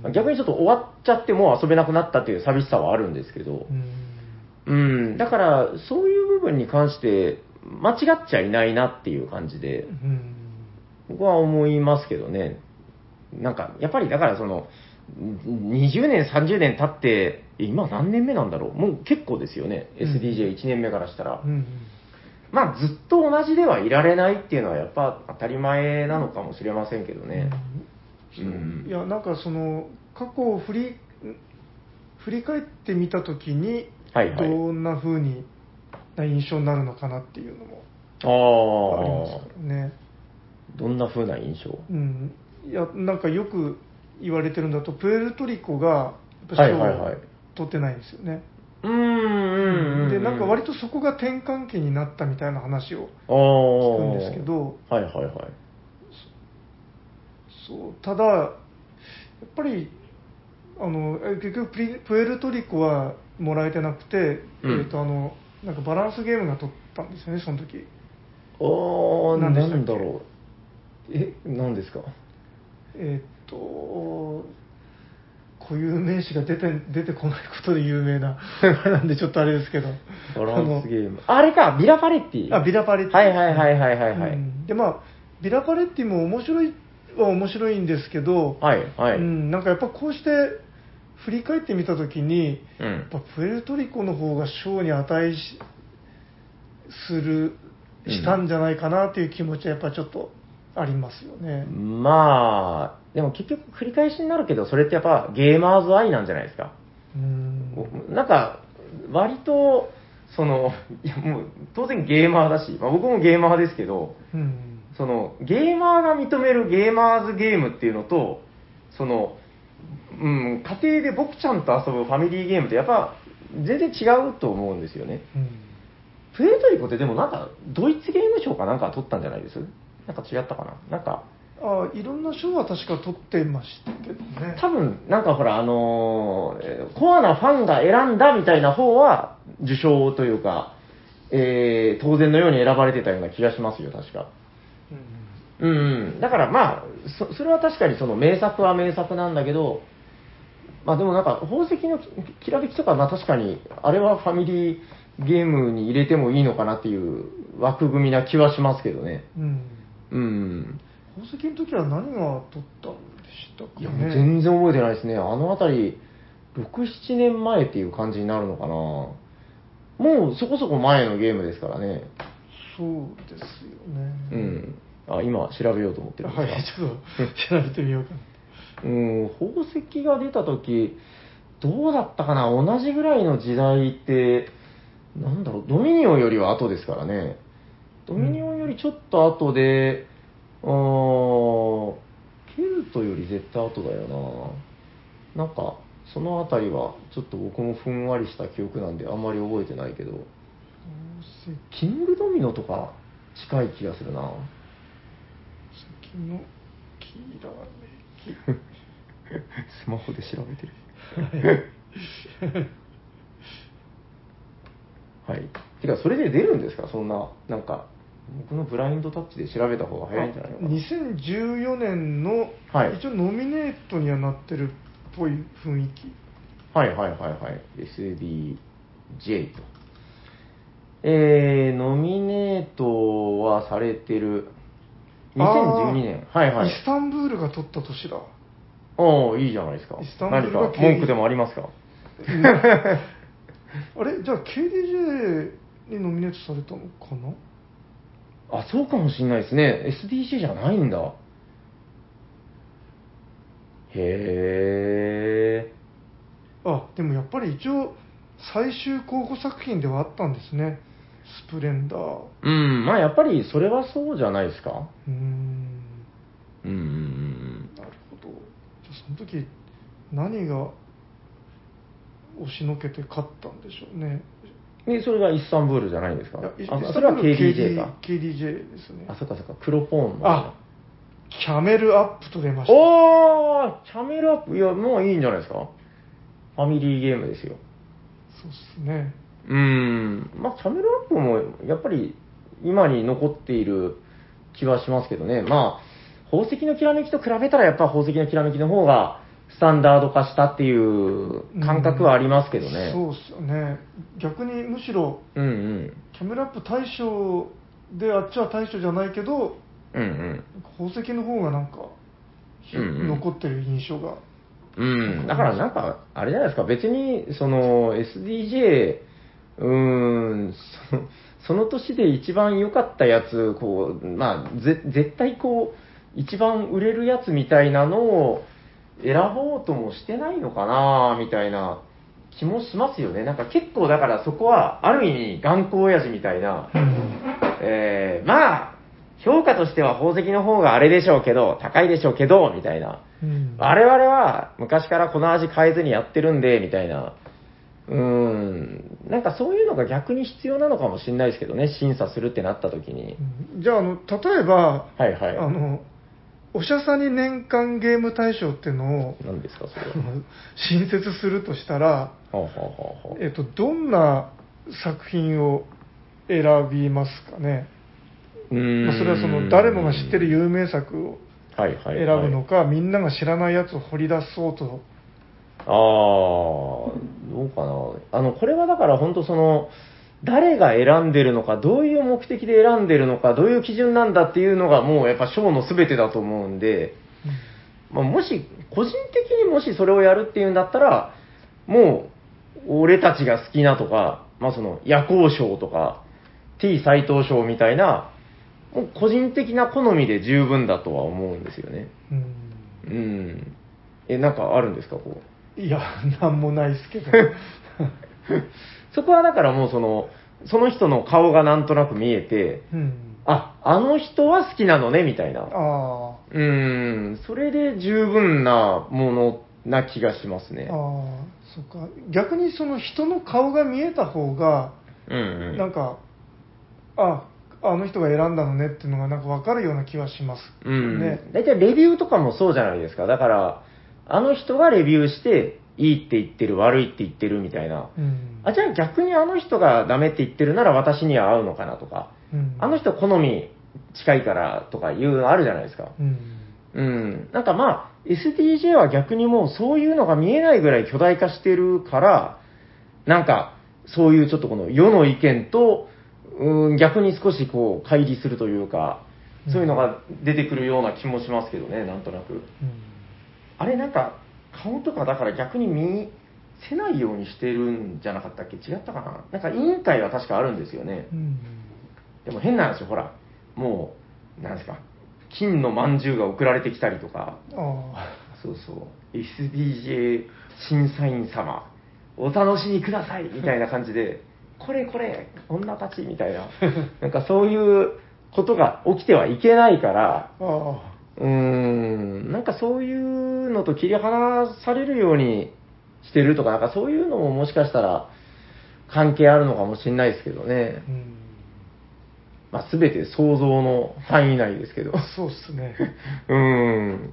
逆にちょっと終わっちゃってもう遊べなくなったっていう寂しさはあるんですけど、 うん、 うん、だからそういう部分に関して間違っちゃいないなっていう感じで、 うん、 僕は思いますけどね。なんか、やっぱりだからその、にじゅうねん、さんじゅうねん経って、今何年目なんだろう、もう結構ですよね、 うんエスディージェーいち 年目からしたら。 うんまあ、ずっと同じではいられないっていうのは、やっぱ当たり前なのかもしれませんけどね。 うんうんいやなんかその過去を振り振り返ってみたときに、 はいはいどんな風にな印象になるのかなっていうのもありますあからね。 あ、どんな風な印象うん、いやなんかよく言われてるんだと、プエルトリコがやっぱはい賞をはいはい。 取ってないんですよね。 うーん、うん、うん。 でなんか割とそこが転換期になったみたいな話をああ、 聞くんですけど、 はいはいはい。 そうただやっぱりあのえ結局プリプエルトリコはもらえてなくて、 うんえー、とあのなんかバランスゲームが取ったんですよね、その時。 ああ、な何でしたっけんだろう。え、何ですかえっ、と固有名詞が出て出てこないことで有名なあれなんでちょっとあれですけど、 バランスゲーム。あれか、ビラパレッティ。 あのあビラパレッティはいはいはいはいはいはい。 うんでまあビラパレッティも面白いは面白いんですけど、 はいはい。 うん、なんかやっぱこうして振り返ってみたときに、 うんやっぱプエルトリコの方が賞に値しするしたんじゃないかなっていう気持ちはやっぱちょっとありますよね。 まあ、でも結局繰り返しになるけど、それってやっぱゲーマーズ愛なんじゃないですか。 うんなんか、割と、その、いやもう、当然ゲーマーだし、まあ、僕もゲーマーですけど、 うんその、ゲーマーが認めるゲーマーズゲームっていうのと、その、うん、家庭で僕ちゃんと遊ぶファミリーゲームってやっぱ全然違うと思うんですよね。 うんプエルトリコってでもなんか、ドイツゲーム賞かなんか取ったんじゃないですなんか違ったかななんか、 あいろんな賞は確か取ってましたけどね。 多分、なんかほら、あのーえーコアなファンが選んだみたいな方は、受賞というか、えー当然のように選ばれてたような気がしますよ、確か。 うんうん、うん。だからまあ、そそれは確かにその名作は名作なんだけど、まあでもなんか、宝石のききらめきとか、まあ確かに、あれはファミリーゲームに入れてもいいのかなっていう枠組みな気はしますけどね。 うんうん。 宝石の時は何が取ったんでしたかね。 いや、もう全然覚えてないですね。あのあたり、ろく、ななねんまえっていう感じになるのかな。もうそこそこ前のゲームですからね。 そうですよね。 うん。あ、今調べようと思ってるんですが。 はい、ちょっと調べてみようかな。 うん、宝石が出た時、どうだったかな同じぐらいの時代って、なんだろう、ドミニオンよりは後ですからね。ドミニオンよりちょっと後で、うーん、ケルトより絶対後だよな。なんか、そのあたりは、ちょっと僕もふんわりした記憶なんで、あんまり覚えてないけど、 宝キングドミノとか近い気がするな。 石のきらめき。 スマホで調べてる。はい。てか、それで出るんですかそんな、なんか、僕のブラインドタッチで調べた方が早いんじゃないのかな。 にせんじゅうよねんの、 はい一応ノミネートにはなってるっぽい雰囲気。 はいはいはいはい。エスディージェー と。えー、ノミネートはされてる。にせんじゅうにねん。 あーはいはい。 イスタンブールが取った年だ。 おー、いいじゃないですか。 イスタンブールが何か文句でもありますかあれじゃあ ケーディージェー にノミネートされたのかな。 あ、そうかもしんないですね。エスディージェー じゃないんだ。へー。 あでもやっぱり一応最終候補作品ではあったんですね、スプレンダー。 うん、まあやっぱりそれはそうじゃないですか。 うーんうんうんうんうん。 の時何が押しのけて勝ったんでしょうね。 え、それがイスタンブールじゃないんですか？ いやイあ、 スそれは ケーディージェー か。 ケーディージェー ですね。 あ、そっかそっか、黒ポーンの。 あ、キャメルアップと出ました。 おー、キャメルアップ、いや、もういいんじゃないですか。ファミリーゲームですよ。 そうっすね。 うーん、まあ、キャメルアップもやっぱり今に残っている気はしますけどね。まあ、宝石のきらめきと比べたらやっぱ宝石のきらめきの方がスタンダード化したっていう感覚はありますけどね。 うん、そうっすよね。逆にむしろ、 うんうん、 キャメルアップ大賞であっちは大賞じゃないけど、 うんうん、 宝石の方がなんか、うんうん、残ってる印象が。 うん、だからなんか、あれじゃないですか、別にその エスディージェー、うーん、そその年で一番良かったやつ、こう、まあ、ぜ絶対こう、一番売れるやつみたいなのを選ぼうともしてないのかな、みたいな気もしますよね。なんか結構だからそこは、ある意味頑固親父みたいな、えー、まあ、評価としては宝石の方があれでしょうけど、高いでしょうけど、みたいな。 うん、 我々は昔からこの味変えずにやってるんで、みたいな。うーん。なんかそういうのが逆に必要なのかもしれないですけどね、審査するってなった時に。 うん、じゃあ、あの、例えば、 はいはい。 あの、おしゃさに年間ゲーム大賞っていうのを、 何ですか、それは。 新設するとしたら、 はあはあはあはあ、 えっと、どんな作品を選びますかね。 うーん、 まあ、それはその誰もが知ってる有名作をはいはい選はい、 ぶのか、みんなが知らないやつを掘り出そうと。 ああ、どうかな。あの、これはだから本当その、誰が選んでるのか、どういう目的で選んでるのか、どういう基準なんだっていうのがもうやっぱ賞の全てだと思うんで、まあ、もし、個人的にもしそれをやるっていうんだったら、もう、俺たちが好きなとか、まあその、夜行賞とか、T 斎藤賞みたいな、もう個人的な好みで十分だとは思うんですよね。 うん、 うん。え、なんかあるんですか、こう。 いや、なんもないですけど。 そこはだからもうその、その人の顔がなんとなく見えて、 うん、 あ、あの人は好きなのね、みたいな。 あうーん、それで十分なものな気がしますね。 あ、ああ、そっか。逆にその人の顔が見えた方が、 うんうん。 なんか、あ、あの人が選んだのねっていうのがなんか分かるような気はします。 うん。 ね。 大体レビューとかもそうじゃないですか。だから、あの人がレビューして、いいって言ってる、悪いって言ってるみたいな。 うん、 あ、じゃあ逆にあの人がダメって言ってるなら私には合うのかなとか。 うん、 あの人好み近いからとかいうのあるじゃないですか。 うん、 うん。なんかまあ、エスディージェー は逆にもうそういうのが見えないぐらい巨大化してるから、なんか、そういうちょっとこの世の意見と、うん、逆に少しこう、乖離するというか、そういうのが出てくるような気もしますけどね、なんとなく。 うん、 あれなんか、顔とかだから逆に見せないようにしてるんじゃなかったっけ？違ったかな？なんか委員会は確かあるんですよね。 うん、 でも変な話、ほら、もう、なんですか、金の饅頭が送られてきたりとか、 ああ、 そうそう、エスディージェー 審査員様、お楽しみくださいみたいな感じで、これこれ、女たちみたいな、なんかそういうことが起きてはいけないから、 ああ、 うーん、なんかそういうのと切り離されるようにしてるとか、なんかそういうのももしかしたら関係あるのかもしれないですけどね。 うん、 まあ、すべて想像の範囲内ですけど。 そうっすね。 うーん。 はい、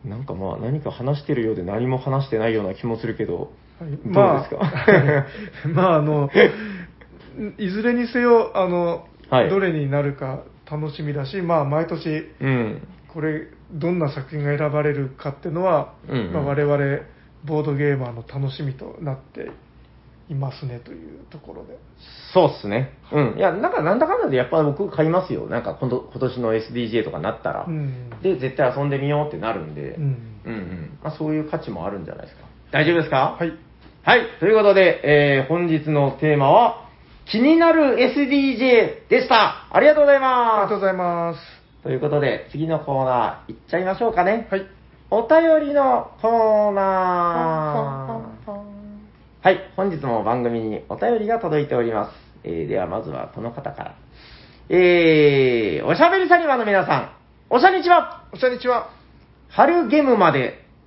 なんかまあ、何か話してるようで何も話してないような気もするけど、 はい、 どうですまか？ あ、まあ、あの、いずれにせよ、あの、 はい。 どれになるか楽しみだし、まあ、毎年、 うん。 これ、どんな作品が選ばれるかっていうのは、 うんうんまあ、我々、ボードゲーマーの楽しみとなっていますねというところで。 そうっすね。うん。いや、なんかなんだかんだでやっぱ僕買いますよ。なんか今度今年の エスディージェー とかなったら。 うん、 で、絶対遊んでみようってなるんで、 うん、 うんうんまあ、そういう価値もあるんじゃないですか。大丈夫ですか？ はい。 はい。ということで、えー、本日のテーマは、気になる エスディージェー でした。ありがとうございありがます。 とうございます。 ということで、次のコーナー行っちゃいましょうかね。 はい。 お便りのコーナー。 パンパンパンパン。 はい、本日も番組にお便りが届いております。えー、ではまずはこの方から。えー、おしゃべりサニバの皆さん、おしゃにちは。 おしゃにちは。 春ゲームまで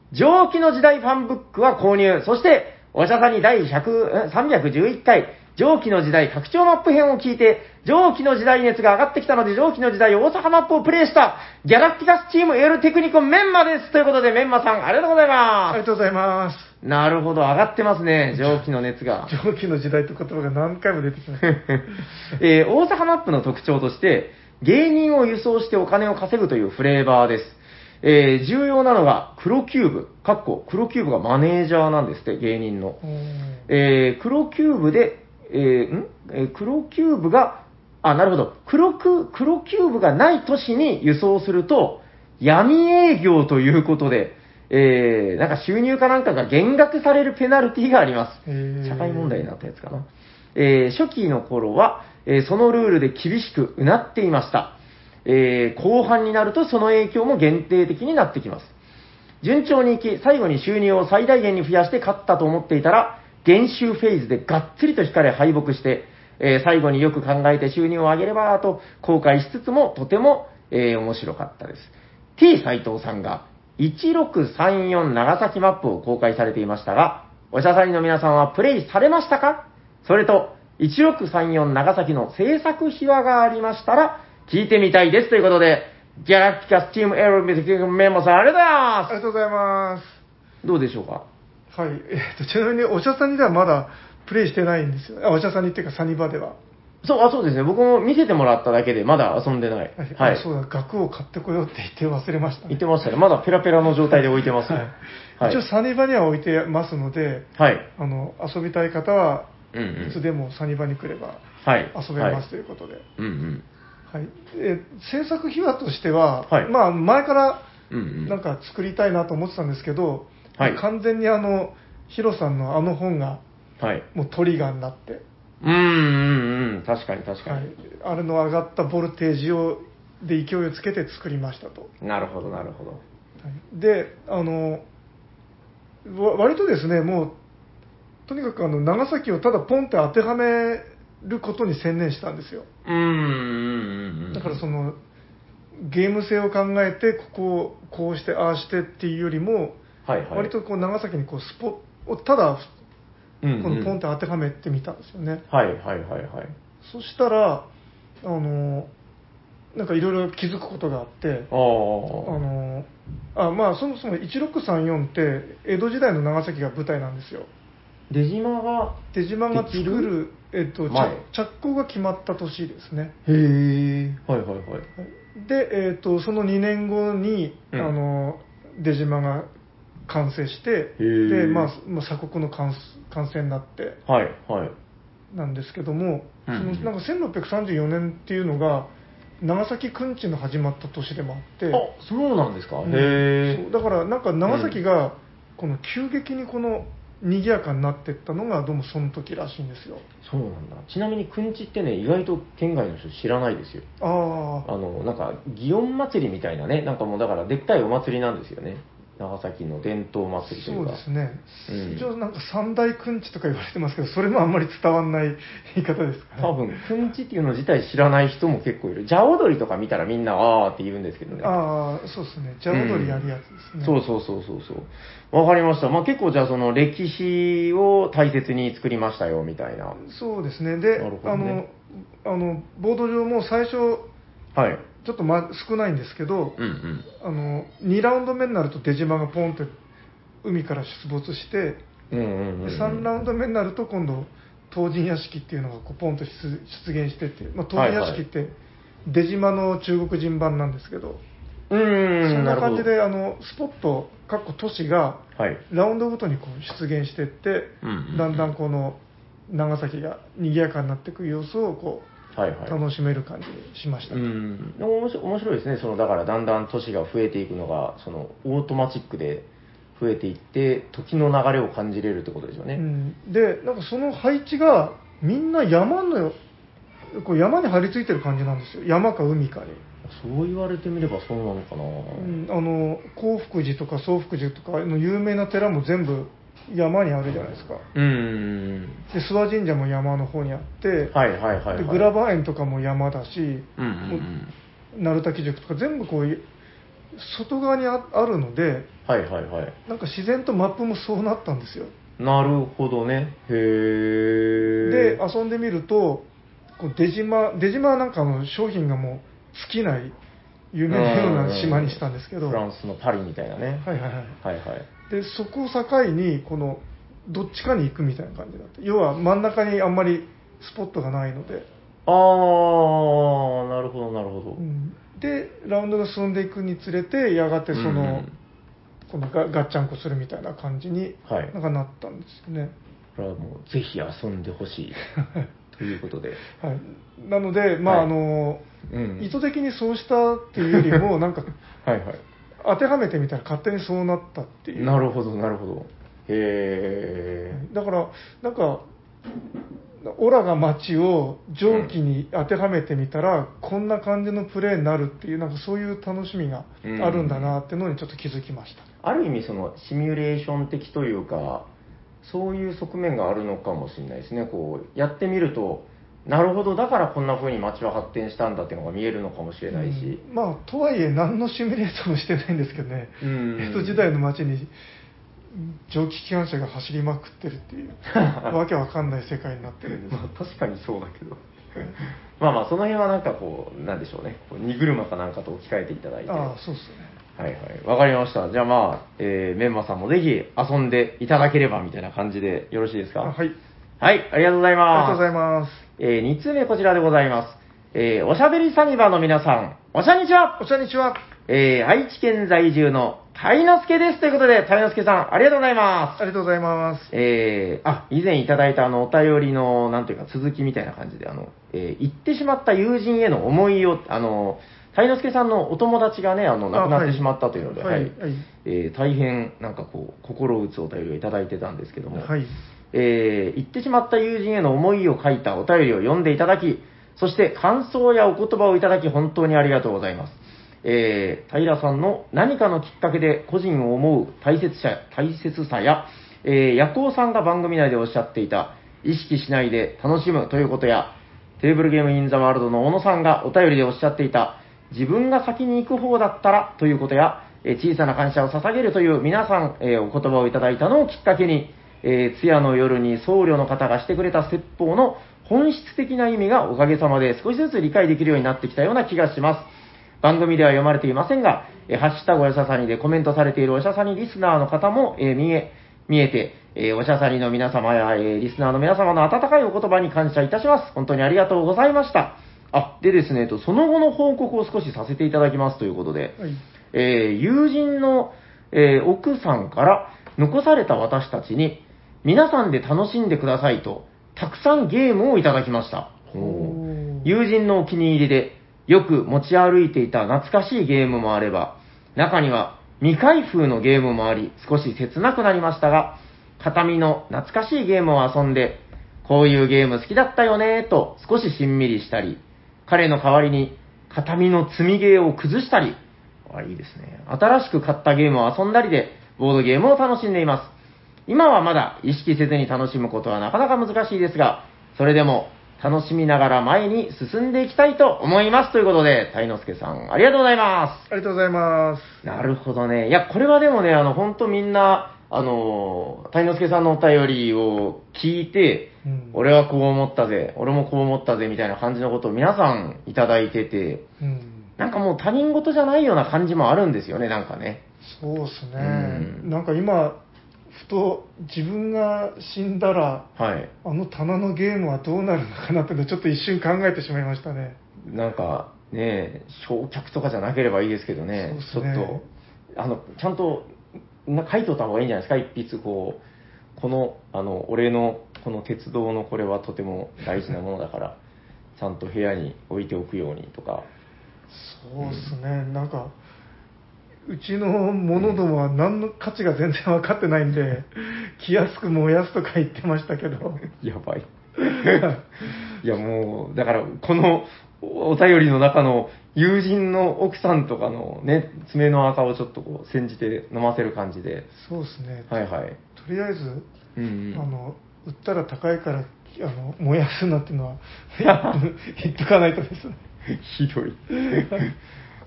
蒸気の時代ファンブックは購入。そして、おしゃさんに第ひゃく、さんびゃくじゅういっかい、蒸気の時代拡張マップ編を聞いて、蒸気の時代熱が上がってきたので、蒸気の時代大阪マップをプレイした、ギャラクティカスチームエールテクニコンメンマです。ということで、メンマさん、ありがとうございます。 ありがとうございます。 なるほど、上がってますね、蒸気の熱が。 蒸気の時代という言葉が何回も出てきました。 えー、大阪マップの特徴として、芸人を輸送してお金を稼ぐというフレーバーです。えー、重要なのが黒キューブ、かっこ黒キューブがマネージャーなんですって、芸人の。えー、黒キューブで、えー、んえー、黒キューブが、あ、なるほど。黒く、黒キューブがない都市に輸送すると、闇営業ということで、えー、なんか収入かなんかが減額されるペナルティがあります。社会問題になったやつかな。えー、初期の頃は、えー、そのルールで厳しくうなっていました。えー、後半になるとその影響も限定的になってきます。順調にいき、最後に収入を最大限に増やして勝ったと思っていたら、減収フェーズでがっつりと引かれ敗北して、えー、最後によく考えて収入を上げればと後悔しつつもとても、えー、面白かったです。T 斎藤さんがいちろくさんよん長崎マップを公開されていましたが、おしゃさりの皆さんはプレイされましたか？それと、いちろくさんよん長崎の制作秘話がありましたら、聞いてみたいですということで、ギャラクティカスチームエロビティメモさんありがとうございます。 ありがとうございます。 どうでしょうか？ はい。えっと、ちなみにおしゃさんにではまだプレイしてないんですよ。あ、おしゃさんにっていうかサニバでは。 そう、あ、そうですね。僕も見せてもらっただけでまだ遊んでない。 はい。そうだ、額を買ってこようって言って忘れました、ね。 言ってましたね。まだペラペラの状態で置いてますよ。はいはい、一応サニバには置いてますので、 はい。 あの、遊びたい方は、 うんうん、 いつでもサニバに来れば、 はい。 遊べますということで。はい、 うんうん。 はい。え、制作秘話としては、 はい、 まあ、前から、 うんうん、 なんか作りたいなと思ってたんですけど、 はい、 完全にあの、ヒロさんのあの本が、 はい、 もうトリガーになって、 うんうんうん、確かに確かに。はい、 あれの上がったボルテージを、で勢いをつけて作りましたと。 なるほど、なるほど。はい、 で、あの、割とですね、もう、とにかくあの長崎をただポンって当てはめることに専念したんですよ。 うんうんうんうん。 だからその、ゲーム性を考えて、ここをこうして、ああしてっていうよりも、 はいはい、 割とこう長崎にこうスポをただ、 うんうん、 このポンって当てはめてみたんですよね。 はいはいはいはい。 そしたら、あの、なんかいろいろ気づくことがあって、あのあまあ、そもそもいちろくさんよんって江戸時代の長崎が舞台なんですよ。 出島が出島が作る、えっと、着工が決まった年ですね。 へえ、はいはいはい。 で、えっと、そのにねんごに、うん、あの出島が完成して、で、まあ、まあ、鎖国の完成になって、 はいはい、 なんですけども、 うんうん、 そのなんかせんろっぴゃくさんじゅうよねんっていうのが、長崎くんちの始まった年でもあって、 あ、そうなんですか、うん、 へそうだからなんか長崎がこの急激にこの賑やかになっていったのがどうもその時らしいんですよ。 そうなんだ。ちなみにくんちってね、意外と県外の人知らないですよ。 ああのなんか祇園祭りみたいなね、なんかもうだからでっかいお祭りなんですよね。長崎の伝統祭りというか。 そうですね、うん、一応なんか三大くんちとか言われてますけど、それもあんまり伝わんない言い方ですかね。 多分くんちっていうの自体知らない人も結構いる。じゃ踊りとか見たらみんなあーって言うんですけどね。 ああ、そうですね、じゃ踊りやるやつですね、 うん、そうそうそうそうそうわかりました。まあ結構じゃあその歴史を大切に作りましたよみたいな。 そうですね。で、ね、あのあのボード上も最初、 はい、 ちょっと、ま、少ないんですけど、 うんうん、 あのにラウンド目になると出島がポンって海から出没して、 うんうんうんうん、 でさんラウンド目になると今度東神屋敷っていうのがこうポンと出現してて、まあ、東神屋敷って出島の中国人版なんですけど、 はいはい、 そんな感じであのスポットかっこ都市がラウンドごとにこう出現していって、はい、だんだんこの長崎が賑やかになっていく様子をこうはいはい、楽しめる感じにしました。 うん、面白いですね。そのだからだんだん都市が増えていくのがそのオートマチックで増えていって時の流れを感じれるってことですよね。 うん、でなんかその配置がみんな山のこう山に張り付いてる感じなんですよ。山か海かに。 そう言われてみればそうなのかな。うん、 あの興福寺とか宗福寺とかの有名な寺も全部山にあるじゃないですか。 うん。 で諏訪神社も山の方にあって、 はいはいはい、はい、 でグラバー園とかも山だし、 うんうんうん、 鳴滝塾とか全部こう外側に あ, あるので、 はいはいはい。 なんか自然とマップもそうなったんですよ。 なるほどね。へで、 ー。 遊んでみると、こう出島、出島はなんかあの商品がもう尽きない夢のような島にしたんですけど、 フランスのパリみたいなね。 はいはいはい。 はいはい。 で、そこを境に、この、どっちかに行くみたいな感じになって、要は真ん中にあんまりスポットがないので、 あー、なるほどなるほど。 うん、で、ラウンドが進んでいくにつれて、やがてその、 うんうん、 このガガッチャンコするみたいな感じに、 はい、 なんかなったんですよね。 これはもうぜひ遊んでほしいということで。 はい、なので、まあ、はい、あの、うん、意図的にそうしたっていうよりも、なんか、はいはい、当てはめてみたら勝手にそうなったっていう。 なるほど、なるほど。へー。だから、なんか、オラが街を蒸気に当てはめてみたら、うん、こんな感じのプレーになるっていう、なんかそういう楽しみがあるんだなっていうのにちょっと気づきました。 ある意味、そのシミュレーション的というか、そういう側面があるのかもしれないですね。こうやってみると、なるほど、だからこんな風に街は発展したんだっていうのが見えるのかもしれないし。 うん、まあ、とはいえ、何のシミュレーションもしてないんですけどね、 うん、 江戸時代の街に蒸気機関車が走りまくってるっていう、わけわかんない世界になってるんです。 まあ、確かにそうだけど。まあまあ、その辺はなんかこう、なんでしょうね、こう荷車かなんかと置き換えていただいて。 ああ、そうっすね。 はいはい。わかりました。じゃあまあ、えー、メンマさんもぜひ遊んでいただければみたいな感じでよろしいですか？ はい。 はい、ありがとうございます。 ありがとうございます。 えー、につうめこちらでございます。えー、おしゃべりサニバの皆さん、おしゃにちは。 おしゃにちは。 えー、愛知県在住のたいのすけです。ということで、たいのすけさん、ありがとうございます。 ありがとうございます。 えー、あ、以前いただいたあの、お便りの、なんていうか、続きみたいな感じで、あの、えー、行ってしまった友人への思いを、あの、たいのすけさんのお友達がね、あの、亡くなってしまったというので、はい。はい、えー、大変、なんかこう、心を打つお便りをいただいてたんですけども、はい。えー、行ってしまった友人への思いを書いたお便りを読んでいただき、そして感想やお言葉をいただき、本当にありがとうございます。えー、平さんの何かのきっかけで個人を思う大切さ大切さや、えー、ヤコウさんが番組内でおっしゃっていた、意識しないで楽しむということや、テーブルゲームインザワールドの小野さんがお便りでおっしゃっていた、自分が先に行く方だったらということや、えー、小さな感謝を捧げるという皆さん、えー、お言葉をいただいたのをきっかけに、えー、通夜の夜に僧侶の方がしてくれた説法の本質的な意味がおかげさまで少しずつ理解できるようになってきたような気がします。番組では読まれていませんが、えー、ハッシュタグおしゃさにでコメントされているおしゃさにリスナーの方も、えー、見え、見えて、えー、おしゃさにの皆様や、えー、リスナーの皆様の温かいお言葉に感謝いたします。本当にありがとうございました。あ、でですね、その後の報告を少しさせていただきますということで、はい、えー、友人の、えー、奥さんから残された私たちに、皆さんで楽しんでくださいと、たくさんゲームをいただきました。友人のお気に入りで、よく持ち歩いていた懐かしいゲームもあれば、中には未開封のゲームもあり、少し切なくなりましたが、片身の懐かしいゲームを遊んで、こういうゲーム好きだったよねと少ししんみりしたり、彼の代わりに片身の積みゲーを崩したり、あ、いいですね。新しく買ったゲームを遊んだりで、ボードゲームを楽しんでいます。今はまだ意識せずに楽しむことはなかなか難しいですが、それでも楽しみながら前に進んでいきたいと思います。ということで、たいのすけさん、ありがとうございます。 ありがとうございます。 なるほどね。いや、これはでもね、あの、本当みんな、あの、たいのすけさんのお便りを聞いて、うん、俺はこう思ったぜ、俺もこう思ったぜ、みたいな感じのことを皆さんいただいてて、うん、なんかもう他人事じゃないような感じもあるんですよね、なんかね。 そうですね。うん、なんか今、ふと自分が死んだら、はい、あの棚のゲームはどうなるのかなってちょっと一瞬考えてしまいましたね。 なんかね、焼却とかじゃなければいいですけどね、ちょっとあのちゃんとな書いとった方がいいんじゃないですか、一筆こう、このあの俺のこの鉄道のこれはとても大事なものだからちゃんと部屋に置いておくようにとか。 そうですね、うん、なんかうちの者どもは何の価値が全然分かってないんで、気安く燃やすとか言ってましたけど。 やばい。いやもう、だからこのお便りの中の友人の奥さんとかのね、爪の赤をちょっとこう煎じて飲ませる感じで。 そうですね。 はいはい。 とりあえず、うんうん、あの、売ったら高いから、あの、燃やすなっていうのは言っとかないとですね。 ひどい。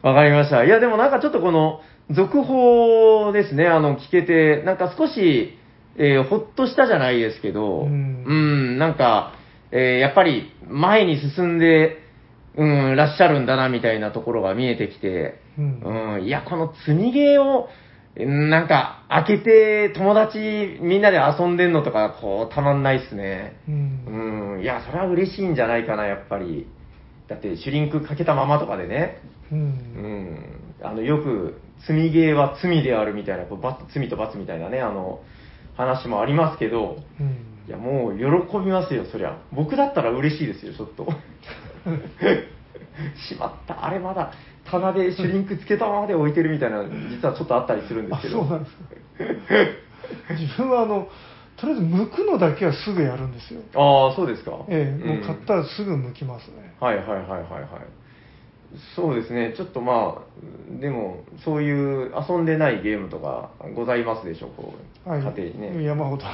わかりました。いや、でもなんかちょっとこの、続報ですね、あの、聞けて、なんか少し、えーほっとしたじゃないですけど、 ううんん、なんか、えーやっぱり前に進んで、うん、らっしゃるんだな、みたいなところが見えてきて、 うんうん、いや、この積みゲーを、うんなんか、開けて友達みんなで遊んでんのとか、こう、たまんないっすね。 うんうん、いや、それは嬉しいんじゃないかな、やっぱり。だって、シュリンクかけたままとかでね、 ううんん、あの、よく、積みゲーは罪であるみたいな、こう罰罪と罰みたいなね、あの、話もありますけど、 うんいや、もう喜びますよ、そりゃ。僕だったら嬉しいですよ、ちょっと。しまった、あれまだ棚でシュリンクつけたままで置いてるみたいな、実はちょっとあったりするんですけど。 あ、そうなんですか。自分はあのとりあえず剥くのだけはすぐやるんですよ。 ああ、そうですか。 ええ、もう買ったら。 らすぐ剥きますね。 はいはいはいはいはい。そうですね、ちょっとまあ、でも、そういう遊んでないゲームとかございますでしょう、こう、 はい、 家庭にね。 山ほど。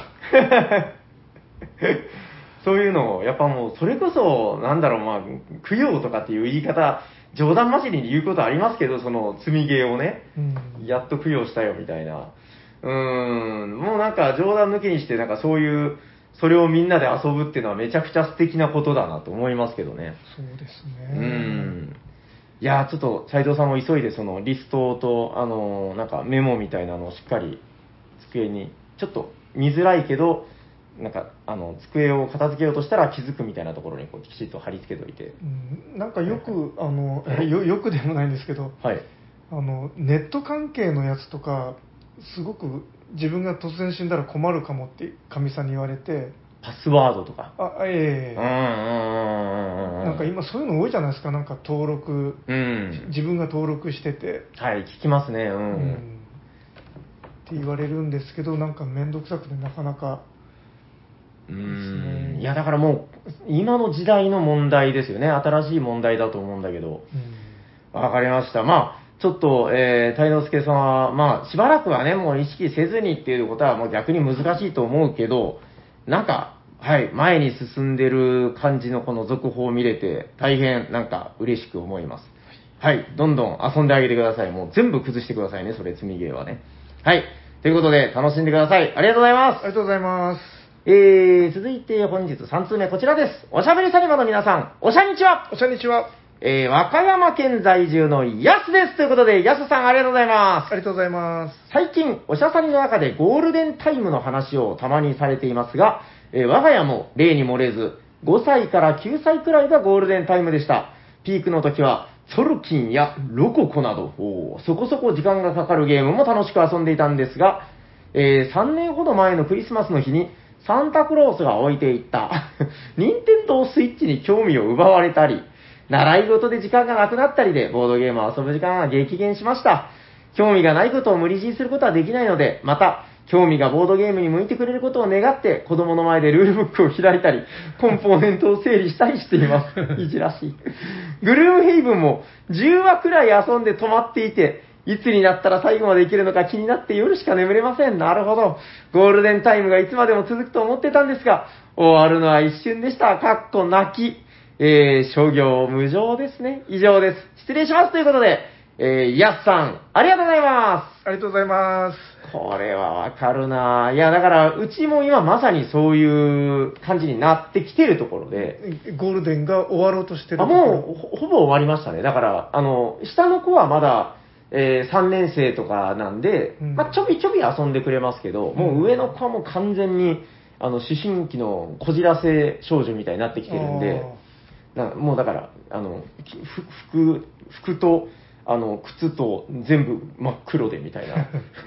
そういうのを、やっぱもう、それこそ、なんだろう、まあ、供養とかっていう言い方、冗談交じりに言うことありますけど、その積みゲーをね、 うんやっと供養したよみたいな。うーん、もうなんか冗談抜きにして、なんかそういう、それをみんなで遊ぶっていうのはめちゃくちゃ素敵なことだなと思いますけどね。 そうですうーね。 ん。いやー、ちょっと斉藤さんも急いでそのリストと、あのーなんかメモみたいなのをしっかり机に、ちょっと見づらいけど、なんか、あの、机を片付けようとしたら気づくみたいなところにこうきちっと貼り付けといて。 うん、なんかよく、あのよよくでもないんですけど、 はい。 あのネット関係のやつとか、すごく自分が突然死んだら困るかもってかみさんに言われて、 パスワードとか。 あ、えうんうんうんうんうん。 え、なんか今そういうの多いじゃないですか、なんか登録、 うん。 自分が登録してて、 はい、聞きますね。う。 うんん、って言われるんですけど、なんか面倒くさくてなかなかうですん。 ね。 いや、だからもう、今の時代の問題ですよね。新しい問題だと思うんだけど。 うん、 わかりました。まあ、ちょっと、えー、太之助さんは、まあ、しばらくはね、もう意識せずにっていうことは、もう逆に難しいと思うけど、なんか、はい、前に進んでる感じのこの続報を見れて、大変なんか嬉しく思います。はい、どんどん遊んであげてください。もう全部崩してくださいね、それ、積みゲーはね。はい、ということで、楽しんでください。ありがとうございます。 ありがとうございます。 えー、続いて本日さん通目こちらです。おしゃべりサニバの皆さん、おしゃにちは。 おしゃにちは。 えー、和歌山県在住のヤスです。ということで、ヤスさんありがとうございます。 ありがとうございます。 最近、おしゃさにの中でゴールデンタイムの話をたまにされていますが、えー我が家も例に漏れず、ごさいからきゅうさいくらいがゴールデンタイムでした。ピークの時は、ソルキンやロココなど、おーそこそこ時間がかかるゲームも楽しく遊んでいたんですが、えーさんねんほど前のクリスマスの日に、サンタクロースが置いていった、任天堂スイッチに興味を奪われたり、習い事で時間がなくなったりで、ボードゲームを遊ぶ時間が激減しました。興味がないことを無理強いすることはできないので、また、興味がボードゲームに向いてくれることを願って、子供の前でルールブックを開いたり、コンポーネントを整理したりしています。いじらしい。グルームヘイブンもじゅうわくらい遊んで止まっていて、いつになったら最後までいけるのか気になって夜しか眠れません。なるほど。ゴールデンタイムがいつまでも続くと思ってたんですが、終わるのは一瞬でした。かっこ泣き。えー、商業無常ですね。以上です。失礼します。ということで、えー、やすさん、ありがとうございまありがとうございます。 す。これはわかるなぁ。いや、だから、うちも今まさにそういう感じになってきてるところで、 ゴールデンが終わろうとしてるあところ。 もうほ、ほぼ終わりましたね。だから、あの、下の子はまだ、えー、さんねん生とかなんで、 うんまあ、ちょびちょび遊んでくれますけど、もう上の子はもう完全に、あの、思春期のこじらせ少女みたいになってきてるんで、なもうだから、あの、ふ服、服と、あの、靴と全部真っ黒でみたいな、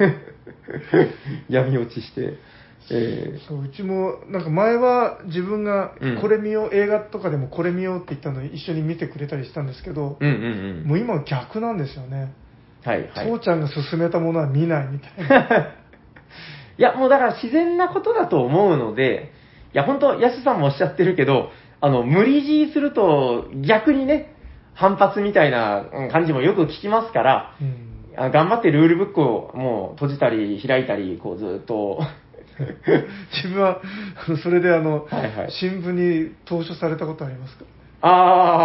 闇落ちして、えーそう、うちもなんか前は自分がうんこれ見よう、映画とかでもこれ見ようって言ったのを一緒に見てくれたりしたんですけど、 うんうんうん。 もう今は逆なんですよね。 はいはい。 父ちゃんが勧めたものは見ないみたいな。 いや、もうだから自然なことだと思うので、いや、本当ヤスさんもおっしゃってるけど、あの、無理強いすると逆にね、反発みたいなうん感じもよく聞きますから、 うんあ頑張ってルールブックをもう閉じたり開いたり、こうずっと、 自分はあのそれであの、 はいはい新聞に投書されたことありますかああ、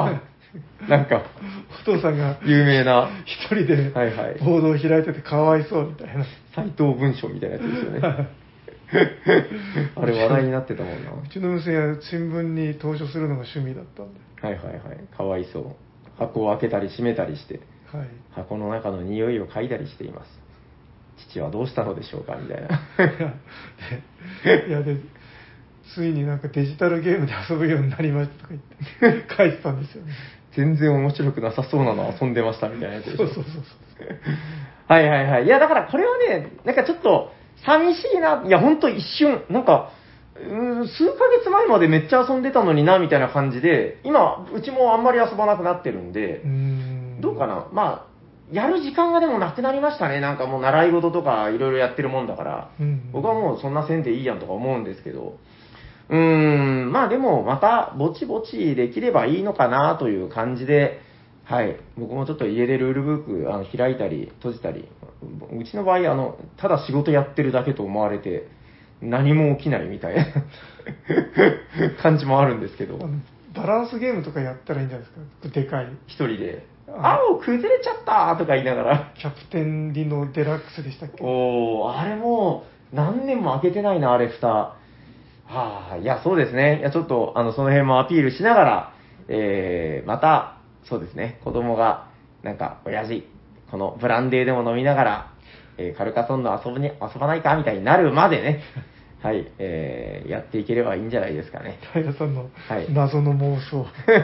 なんか、 お父さんが有名な、 一人ではいはい。 ボードを開いててかわいそうみたいな。 斎藤文章みたいなやつですよね。あれ話題になってたもんな。 うちの娘は新聞に投書するのが趣味だったんで。 はいはいはい。かわいそう。箱を開けたり閉めたりして、 はい、 箱の中の匂いを嗅いだりしています。父はどうしたのでしょうかみたいな。 いやで、ついになんかデジタルゲームで遊ぶようになりましたとか言って書いてたんですよね。 全然面白くなさそうなの遊んでましたみたいなやつでしょ。 そうそうそうそう。 はいはいはい。いやだからこれはね、なんかちょっと寂しいな。いやほんと一瞬、なんか、うーん数ヶ月前までめっちゃ遊んでたのになみたいな感じで、今、うちもあんまり遊ばなくなってるんで、 うーんどうかな。まあ、やる時間がでもなくなりましたね。なんかもう習い事とかいろいろやってるもんだから、 うん、 僕はもうそんなせんでいいやんとか思うんですけど、うーん、まあでもまたぼちぼちできればいいのかなという感じで、はい、僕もちょっと家でルールブックあの開いたり閉じたり、うちの場合あの、ただ仕事やってるだけと思われて、何も起きないみたいな感じもあるんですけど。 あのバランスゲームとかやったらいいんじゃないですか、でかい。 一人で、青崩れちゃったとか言いながら。 キャプテンリノデラックスでしたっけ？ おー、あれもう何年も開けてないな、あれ蓋。はあ、いや、そうですね。いや、ちょっと、あの、その辺もアピールしながら、えー、また、そうですね、子供が、なんか、親父、このブランデーでも飲みながら、えー、カルカソンヌ遊ぶに、遊ばないかみたいになるまでね、はい、えー、やっていければいいんじゃないですかね。 平さんのはい謎の妄想。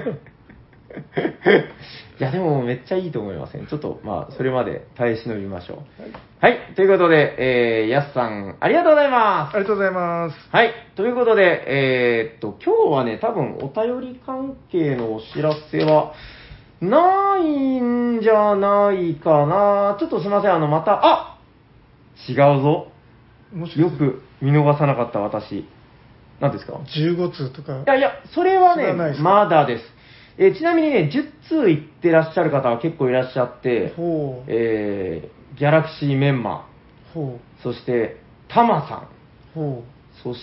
いや、でもめっちゃいいと思いますね。ちょっと、まあ、それまで耐え忍びましょう。はい、はい、ということで、えー、やすさん、ありがとうございます。 ありがとうございます。 はい、ということで、えー、っと、今日はね、多分お便り関係のお知らせは、ないんじゃないかな。ちょっとすいません、あの、また、あ違うぞ。 もしよく見逃さなかった私。何ですか？ じゅうご通とか。 いやいや、それはね、 それはないですか？ まだです。えーちなみにね、じゅっ通いってらっしゃる方は結構いらっしゃって、 ほう。 えー、ギャラクシーメンマほー、そして、タマさん、 う。ほそして、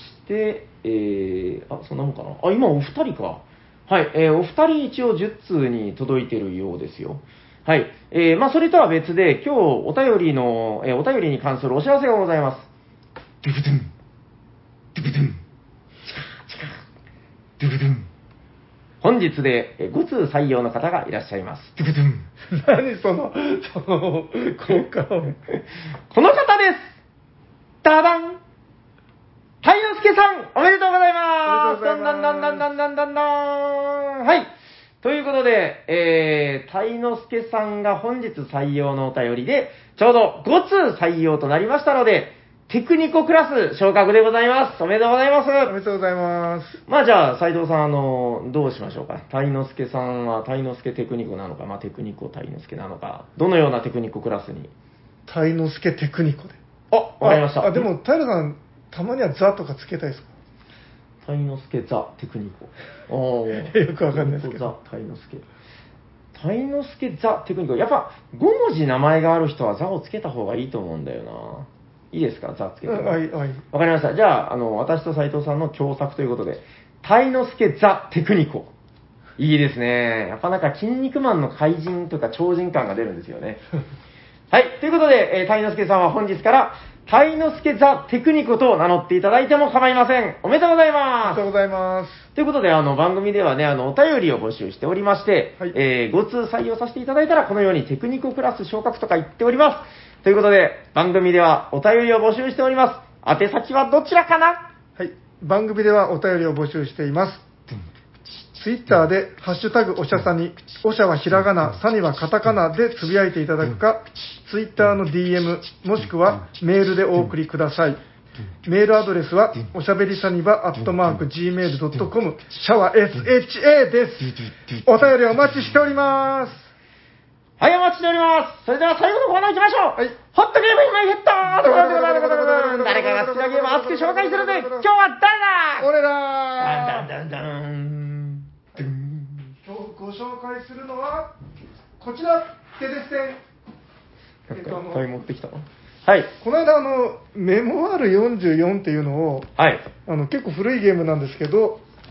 えー、あ、そんなもんかな。あ、今お二人か。はい、えー、お二人一応じゅっ通に届いてるようですよ。はい。えー、まあ、それとは別で、今日お便りの、えーお便りに関するお知らせがございます。ドゥブドゥン、ドゥブドゥン、チカチカ、ドゥブドゥン。本日でえーご通採用の方がいらっしゃいます。ドゥブドゥン。 う。何その、その、効果音。 この方です。ダダン。タイノスケさん、おめでとうございます。 おめでとうございますだんだんだんだんだんだんだんだん。はい。ということで、えー、タイノスケさんが本日採用のお便りで、ちょうどご通採用となりましたので、テクニコクラス昇格でございます。おめでとうございます。 おめでとうございます。 まあじゃあ、斉藤さん、あの、どうしましょうか。タイノスケさんは、タイノスケテクニコなのか、まあテクニコタイノスケなのか、どのようなテクニコクラスに。 タイノスケテクニコで。 あ、わかりました。 あ、あでも、平さん、たまにはザとかつけたいですか？ タイノスケザテクニコ。おーよくわかんないですけどザタイノスケ。タイノスケザテクニコ。やっぱご文字名前がある人はザをつけた方がいいと思うんだよな。いいですか、ザつけても。 はい、はい。 わかりました。じゃあ、あの、私と斉藤さんの共作ということで、タイノスケザテクニコ。いいですね。やっぱなんか、筋肉マンの怪人とか超人感が出るんですよね。はい。ということで、えー、タイノスケさんは本日から、タイノスケザテクニコと名乗っていただいても構いません。おめでとうございあります。 がとうございます。 ということで、あの、番組ではね、あの、お便りを募集しておりまして、 はいえー、ご通採用させていただいたら、このようにテクニコクラス昇格とか言っております。ということで、番組ではお便りを募集しております。宛先はどちらかな？ はい。番組ではお便りを募集しています。ツイッターで、ハッシュタグおしゃさに、おしゃはひらがな、さにはカタカナでつぶやいていただくか、ツイッターの ディーエム、もしくはメールでお送りください。メールアドレスは、おしゃべりさにば、アットマーク、ジーメールドットコム、シャワー エスエイチエー です。お便りお待ちしております。 はい、お待ちしております。それでは最後のコーナー行きましょう。 はい。 ホットゲーム今ゲットー誰かが好きなゲームを熱く紹介するぜ。今日は誰だ？ 俺ダンダらンダンダン。ドゥン今日ご紹介するのは、こちら、テデステン。 なんかいっぱい持ってきたの？はい。 この間、あの、メモアールよんじゅうよんっていうのを、 はい。 あの、結構古いゲームなんですけど、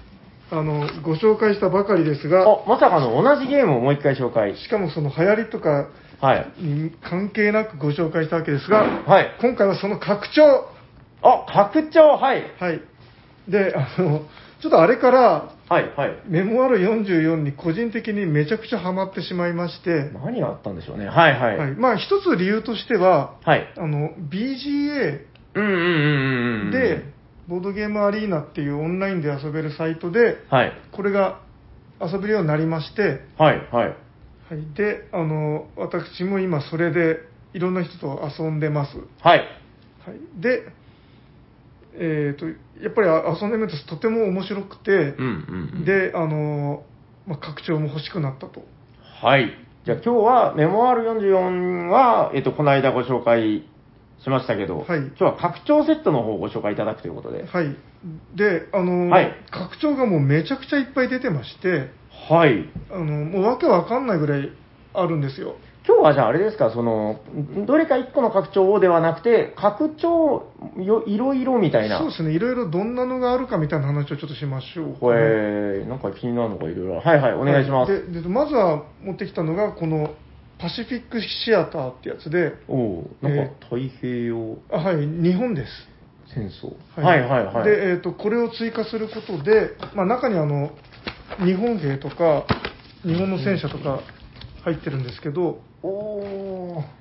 あの、ご紹介したばかりですが、 あ、まさかの同じゲームをもう一回紹介。 しかもその流行りとかに関係なくご紹介したわけですが、 はい。 今回はその拡張。 あ、拡張、はい。 はい。で、あの、ちょっとあれから、 はい、はい。 メモアルよんじゅうよんに個人的にめちゃくちゃハマってしまいまして、 何があったんでしょうね。はい、はい。 はい、まあ一つ理由としては、 はい。 あの、ビージーエーうんうんうんうん。 で、ボードゲームアリーナっていうオンラインで遊べるサイトで、 はい。 これが遊べるようになりまして、 はい、はい。 はい、で、あの、私も今それでいろんな人と遊んでます。 はい。 はい、で、えーと、やっぱり遊んでみるととても面白くて、 うんうんうん、 で、あの、まあ、拡張も欲しくなったと。 はい。じゃあ今日はメモアールよんじゅうよんは、えっと、この間ご紹介しましたけど、 はい、 今日は拡張セットの方をご紹介いただくということで。 はい。で、あの、 はい、 拡張がもうめちゃくちゃいっぱい出てまして、 はい。 あの、もうわけわかんないぐらいあるんですよ。 今日はじゃああれですか、その、どれかいっこの拡張をではなくて、拡張よいろいろみたいな。 そうですね、いろいろどんなのがあるかみたいな話をちょっとしましょうか、ね。 えー、なんか気になるのがいろいろ。はいはい、お願いします。 はい、ででまずは持ってきたのが、このパシフィックシアターってやつで、 おお、なんか太平洋、 あ、はい、日本です。 戦争。 はい、 はいはいはい。 で、えーと、これを追加することで、まあ、中にあの日本兵とか、日本の戦車とか入ってるんですけど、 おー。 はい、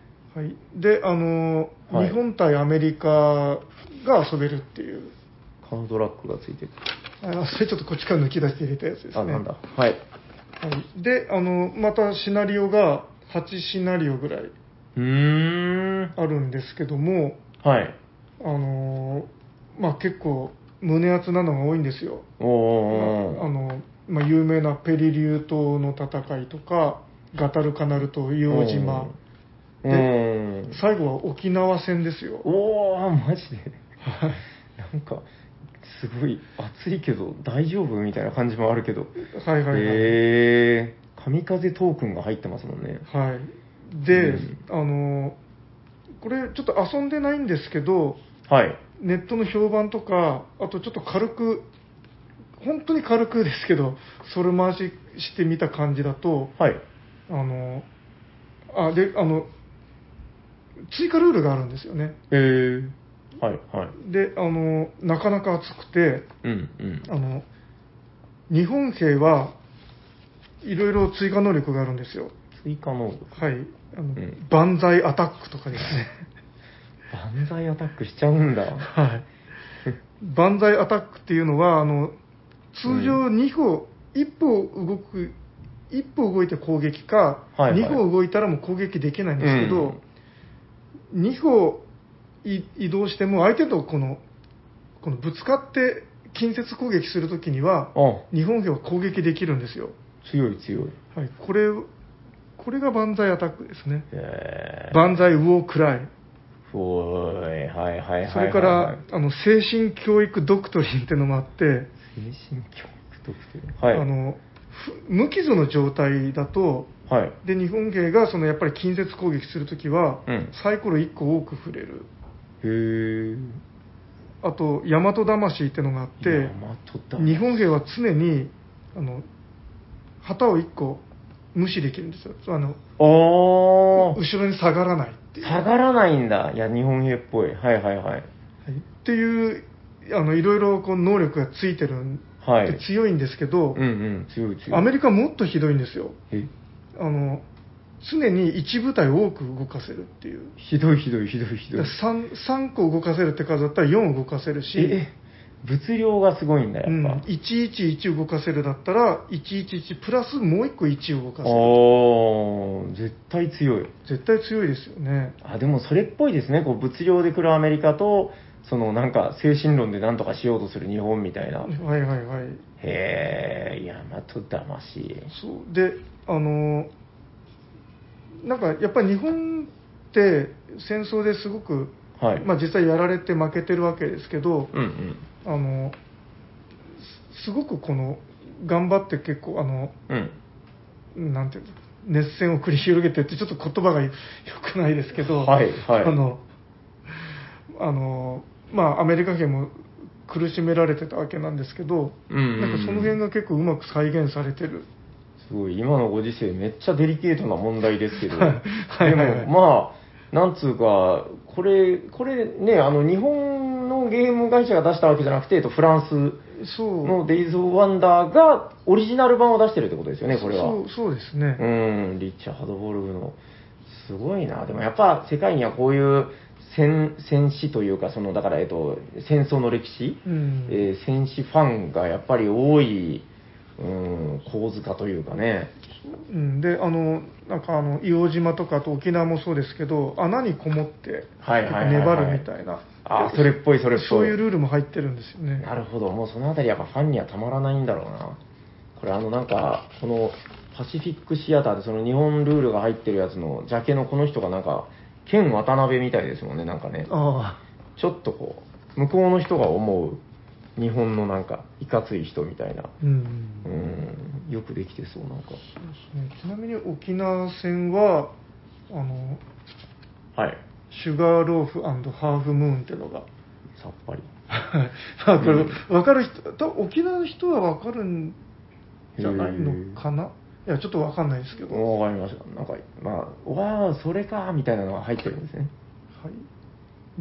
で、あの、 はい、 日本対アメリカが遊べるっていう。 カードラックがついてる。 あ、それちょっとこっちから抜き出して入れたやつですね。 あ、なんだ。はい。 はい、で、あの、またシナリオがはちシナリオぐらいうーん。 あるんですけども、 はい。 あの、まあ結構胸熱なのが多いんですよ。 おー。 あの、まあ、有名なペリリュー島の戦いとか、ガタルカナル島、硫黄島。で、最後は沖縄戦ですよ。 おー、マジで。なんか、すごい暑いけど大丈夫みたいな感じもあるけど。 はいはいはい。 へー、神風トークンが入ってますもんね。 はい。で、 うん、 あの、これちょっと遊んでないんですけど、 はい。 ネットの評判とか、あとちょっと軽く、本当に軽くですけど、それ回ししてみた感じだと、 はい。 あの、あ、で、あの、追加ルールがあるんですよね。 へー。はい、はい。 で、あの、なかなか熱くて、 うんうん。 あの、日本兵はいろいろ追加能力があるんですよ。 追加能力。 はい。あの、 うん、 万歳アタックとかですね。 万歳アタックしちゃうんだ。 はい。万歳アタックっていうのは、あの、通常に歩、いっ歩動く、いっ歩動いて攻撃か、 はいはい、 に歩動いたらもう攻撃できないんですけど、うん、に歩移動しても相手とこの、このぶつかって近接攻撃するときには、日本兵は攻撃できるんですよ。 強い強い。 はい、これ、これが万歳アタックですね。 へー。 万歳ウォークライ。 おーい、はいはいはいはい、はい。 それから、あの、精神教育ドクトリンっていうのもあって、 精神教育ドクトリン。はい。 あの、無傷の状態だと、 はい、 で、日本兵がそのやっぱり近接攻撃するときは、うん、サイコロいっこ多く振れる。 へー。 あと、大和魂っていうのがあって、日本兵は常に、あの、旗をいっこ無視できるんですよ。あの、 後ろに下がらないっていう。 下がらないんだ。いや、日本兵っぽい。はいはいはい。はい、 っていう、あの、いろいろこう能力がついてるんで、はい、強いんですけど、 うんうん、強い強い。 アメリカはもっとひどいんですよ。 えあの、常にいち部隊多く動かせるっていう。 ひどいひどいひどいひどい。 3, 3個動かせるって数だったらよん動かせるし、 え物量がすごいんだよ、やっぱ。 うん、いちいちいち動かせるだったら、いちいちいちプラスもういっこいちを動かせる。 おー、絶対強い。 絶対強いですよね。 あ、でもそれっぽいですね。こう物量で来るアメリカと、そのなんか精神論でなんとかしようとする日本みたいな。 はいはいはい。 へー、大和魂。 そう。で、あの、なんかやっぱり日本って戦争ですごく、はい、まあ実際やられて負けてるわけですけど、 うんうん、 あの、すごくこの、頑張って結構、あの、うん、なんていうの、熱戦を繰り広げてって、ちょっと言葉が良くないですけど、 はいはい、 あの、あの、まあアメリカ兵も苦しめられてたわけなんですけど、 うんうんうん、 なんかその辺が結構うまく再現されてる。 すごい、今のご時世めっちゃデリケートな問題ですけど、 はいはいはいはい、 でもまあ、なんつうか、これ、これね、あの、日本のゲーム会社が出したわけじゃなくて、フランスのデイズ・オブ・ワンダーがオリジナル版を出してるってことですよね、これは。 そう、そうですね。 うん、リッチャード・ボルグの。すごいな。でもやっぱ世界にはこういう戦戦士というか、その、だから、えっと、戦争の歴史、 うん、 えー戦士ファンがやっぱり多い、うん、構図かというかね。 うん、で、あの、なんかあの、硫黄島とかあと沖縄もそうですけど、穴にこもってはいはいはいはい粘るみたいな。 ああ、それっぽいそれっぽい。 そういうルールも入ってるんですよね。 なるほど。もうそのあたりやっぱファンにはたまらないんだろうな。これあのなんか、このパシフィックシアターでその日本ルールが入ってるやつのジャケのこの人がなんか、ケン渡辺みたいですもんね、なんかね。 あちょっとこう、向こうの人が思う日本のなんか、いかつい人みたいな。 うん、 うん、よくできてそう、なんか。 そうですね。ちなみに沖縄戦は、あの、 はい。 シュガーローフハーフムーンっていうのが。 さっぱり。 まあこれ、 うん分かる人、沖縄の人は分かるんじゃないのかな。いや、ちょっと分かんないですけど。 わかりました。なんか、まあ、わあ、それか、みたいなのが入ってるんですね。 はい。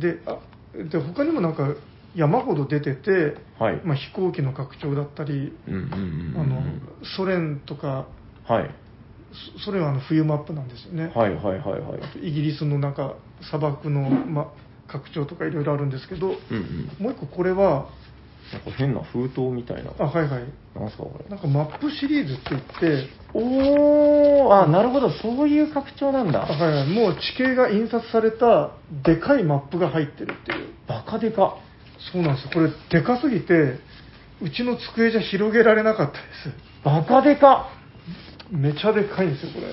で、あ、で、他にもなんか山ほど出てて、 はい。 まあ、飛行機の拡張だったり、 うんうんうんうんあの、ソ連とか、 はい。 そソ連はあの冬マップなんですよね。 はいはいはいはい。 あとイギリスのなんか砂漠の、ま、拡張とかいろいろあるんですけど、 うんうん。 もう一個これは、 なんか変な封筒みたいな。 あ、はいはい。 なんすかこれ。 なんかマップシリーズって言って、 おー、あ、なるほど、そういう拡張なんだ。 あ、はいはい、もう地形が印刷されたでかいマップが入ってるっていう。 バカでか。 そうなんですよ。これでかすぎて、うちの机じゃ広げられなかったです。 バカでか。 めちゃでかいんですよ、これ。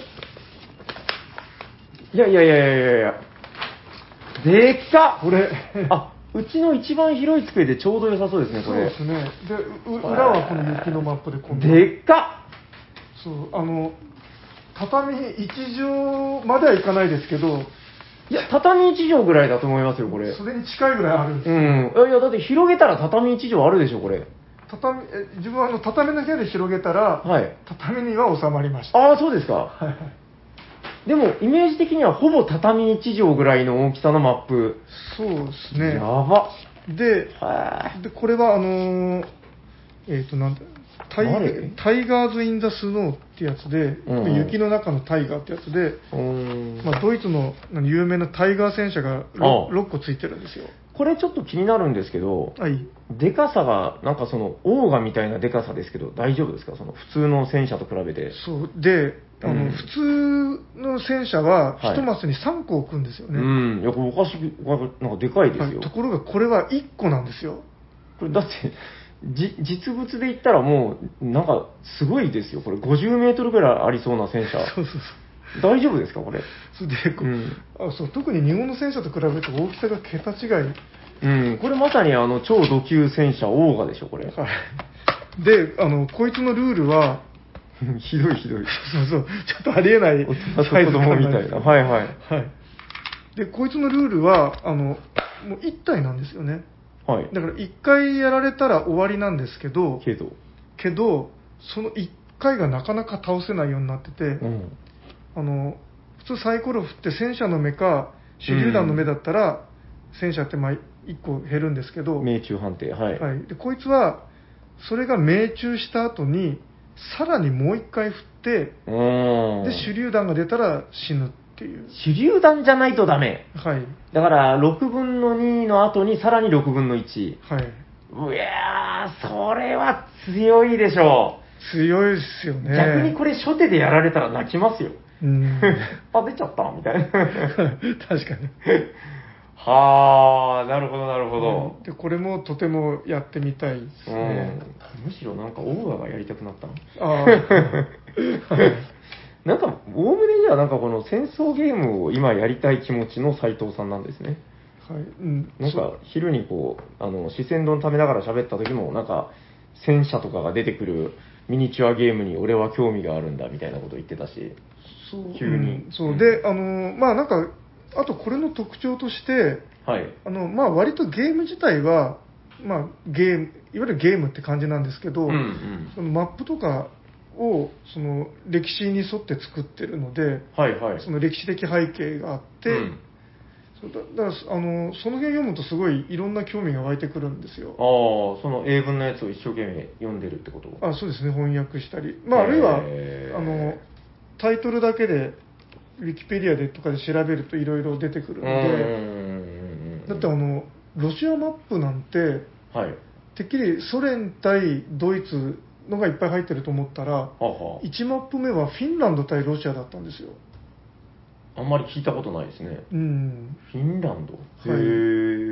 いやいやいやいやいやいや。でっかこれ。 あ、うちの一番広い机でちょうど良さそうですね、これ。 そうですね。で、う裏はこの雪のマップでこんな。 でっかそう、あの、畳いち畳まではいかないですけど、 いや、畳いち畳ぐらいだと思いますよ、これ。 それに近いぐらいあるんですよ。 うん。いや、だって広げたら畳いち畳あるでしょ、これ。 畳え自分はあの畳の部屋で広げたら、 はい。 畳には収まりました。 ああ、そうですか。 はいはい。 でも、イメージ的にはほぼ畳いち畳ぐらいの大きさのマップ。 そうですね。 やば。 で、 はでこれはあのーえっ、となんだタイ誰タイガーズ・イン・ザ・スノーってやつで、 うんうん雪の中のタイガーってやつで、 うーんまあ、ドイツの何有名なタイガー戦車が 6, あろっこついてるんですよ。 これちょっと気になるんですけど、 はい。 でかさが、なんかその、オーガみたいなでかさですけど、大丈夫ですかその、普通の戦車と比べて。 そうであの、 うん普通の戦車ははいいちマスにさんこ置くんですよね。 うん。いや、これおかしく、なんかでかいですよ。 はい、ところがこれはいっこなんですよ。 これだって、じ実物で言ったらもう、なんか、すごいですよ。これごじゅうメートルぐらいありそうな戦車。 そうそうそう。 大丈夫ですかこれ。 それでこう、 うんあそう特に日本の戦車と比べると大きさが桁違い。 うん。これまさにあの、超土級戦車オーガでしょ、これ。 はい、であのこいつのルールはひどいひどい。 そうそうちょっとありえない大人と子供みたいな。はいはい。 はい。でこいつのルールはあのもういち体なんですよね。 はい。 だからいっかいやられたら終わりなんですけど、 けど。 けどそのいっかいがなかなか倒せないようになってて、 うん。 あの普通サイコロ振って戦車の目か手榴弾の目だったら、戦車ってまあいっこ減るんですけど、 命中判定。はい。 はい、でこいつはそれが命中した後にさらにもういっかい振ってうーん。 で手榴弾が出たら死ぬっていう。 手榴弾じゃないとダメ。 はいだから、ろくぶんのにの後にさらにろくぶんのいち。 はい。 うやー、それは強いでしょ強いですよう。 ね。 逆にこれ初手でやられたら泣きますよ。 うん。 あ、出ちゃったみたいな。 確かに。 はあ、なるほど、なるほど。 でこれもとてもやってみたいですね。 うん、むしろなんかオーガがやりたくなったの。 ああ。 なんか、おおむねじゃあなんかこの戦争ゲームを今やりたい気持ちの斉藤さんなんですね。 はい。うん。 なんか昼にこう、あの、四川丼食べながら喋った時も、なんか、戦車とかが出てくるミニチュアゲームに俺は興味があるんだみたいなこと言ってたし、 そう急に。 うんそうで、あのまあなんかあとこれの特徴として、 はい。 あのまあ割とゲーム自体はまあ、ゲーム、いわゆるゲームって感じなんですけど、 うんうん、 そのマップとかをその歴史に沿って作ってるので、 はいはい、 その歴史的背景があって、うん、そうだだからあのその辺読むとすごいいろんな興味が湧いてくるんですよ。 ああ、その英文のやつを一生懸命読んでるってこと？ あ、そうですね、翻訳したり、まあ、あるいはあのタイトルだけでウィキペディアでとかで調べるといろいろ出てくるので、だってあのロシアマップなんて、はい、てっきりソ連対ドイツのがいっぱい入ってると思ったら、ははいちマップ目はフィンランド対ロシアだったんですよ。 あんまり聞いたことないですね。うん。フィンランド。 はい。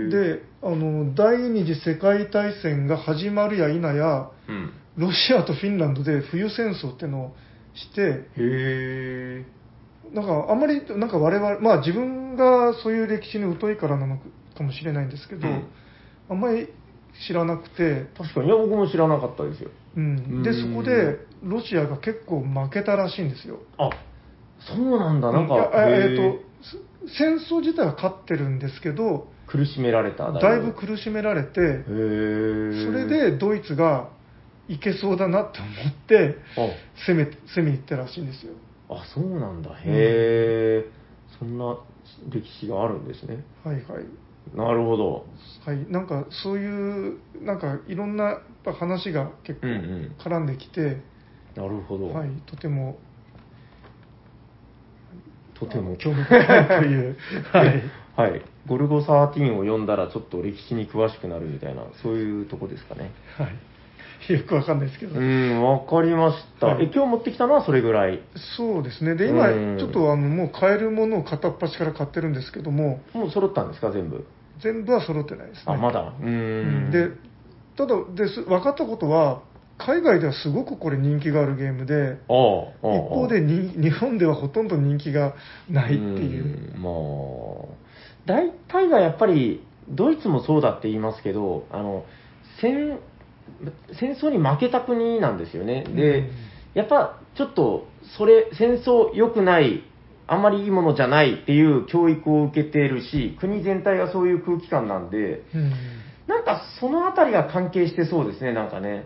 で、あの、第二次世界大戦が始まるや否や、うん、ロシアとフィンランドで冬戦争ってのをして、へー。なんか、あんまり、なんか我々、まあ自分がそういう歴史に疎いからなのかもしれないんですけど、うん、あんまり知らなくて。 確かに、いや、僕も知らなかったですよ。 うん。で、そこで、ロシアが結構負けたらしいんですよ。 あ、そうなんだ、なんか、 えー、っと、戦争自体は勝ってるんですけど、 苦しめられた、 だいぶ苦しめられて、それでドイツがいけそうだなって思って、攻め、攻めに行ったらしいんですよ。 あ、そうなんだ、へー、そんな歴史があるんですね。 はいはい。 なるほど。 はい、なんかそういう、なんかいろんな話が結構絡んできて、うんうん、 なるほど。 はい、とても、 とても興味深いという、 はい、はい、ゴルゴじゅうさんを読んだらちょっと歴史に詳しくなるみたいな、そういうとこですかね。 はい、よくわかんないですけど。 うん、わかりました、はい。え、今日持ってきたのはそれぐらい？ そうですね。で、今、ちょっとあのもう買えるものを片っ端から買ってるんですけども。 もう揃ったんですか、全部？ 全部は揃ってないですね。 あ、まだ。うーん。 で、ただです、分かったことは、海外ではすごくこれ人気があるゲームで、一方でに日本ではほとんど人気がないっていう。 うまあ、大体がやっぱり、ドイツもそうだって言いますけど、あの、戦、戦争に負けた国なんですよね。で、やっぱちょっと、それ、戦争良くない、あんまりいいものじゃないっていう教育を受けているし、国全体がそういう空気感なんで、うんなんかそのあたりが関係してそうですね、なんかね。 うん、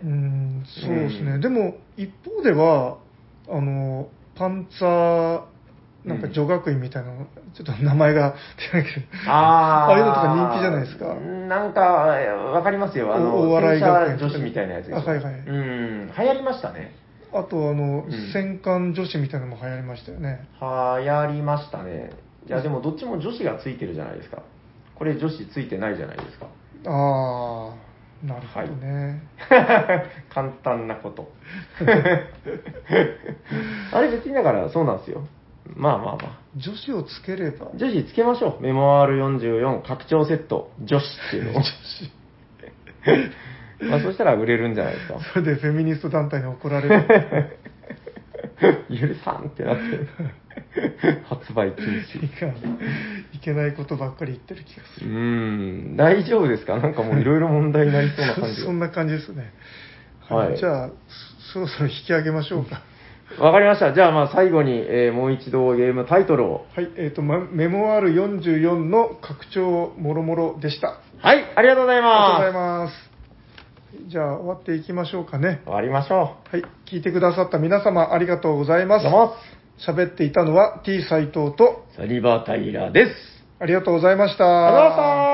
そうですね。うん、でも、一方では、あの、パンツァー、なんか女学院みたいな、うん、ちょっと名前が出ないけど、ああいうのとか人気じゃないですか。 なんか、わかりますよ。あの、お笑い学園女子みたいなやつですよ。 あ、はいはい。 うん、流行りましたね。 あと、あの、うん、戦艦女子みたいなのも流行りましたよね。 流行りましたね。いや、でもどっちも女子がついてるじゃないですか。これ女子ついてないじゃないですか。 ああ、なるほどね。 はい、簡単なこと。あれ別にだからそうなんですよ。まあまあまあ。 女子をつければ。 女子つけましょう。メモ アールよんじゅうよん 拡張セット、女子っていうのを。女子。まあそしたら売れるんじゃないですか。 それでフェミニスト団体に怒られる。 許さんってなって。発売禁止。 いかいけないことばっかり言ってる気がする。 うーん、大丈夫ですか？なんかもういろいろ問題になりそうな感じそ。そんな感じですね。 はい。 じゃあ、そろそろ引き上げましょうか。 わかりました。じゃあ、まあ最後に、えー、もう一度ゲームタイトルを。 はい、えっ、ー、と、ま、メモ アールよんじゅうよん の拡張もろもろでした。 はい、ありがとうございます。 ありがとうございます。じゃあ、終わっていきましょうかね。 終わりましょう。はい、聞いてくださった皆様ありがとうございます。 どうも。 喋っていたのは T 斎藤とサニバタイラーです。 ありがとうございました。 ありがとうございました。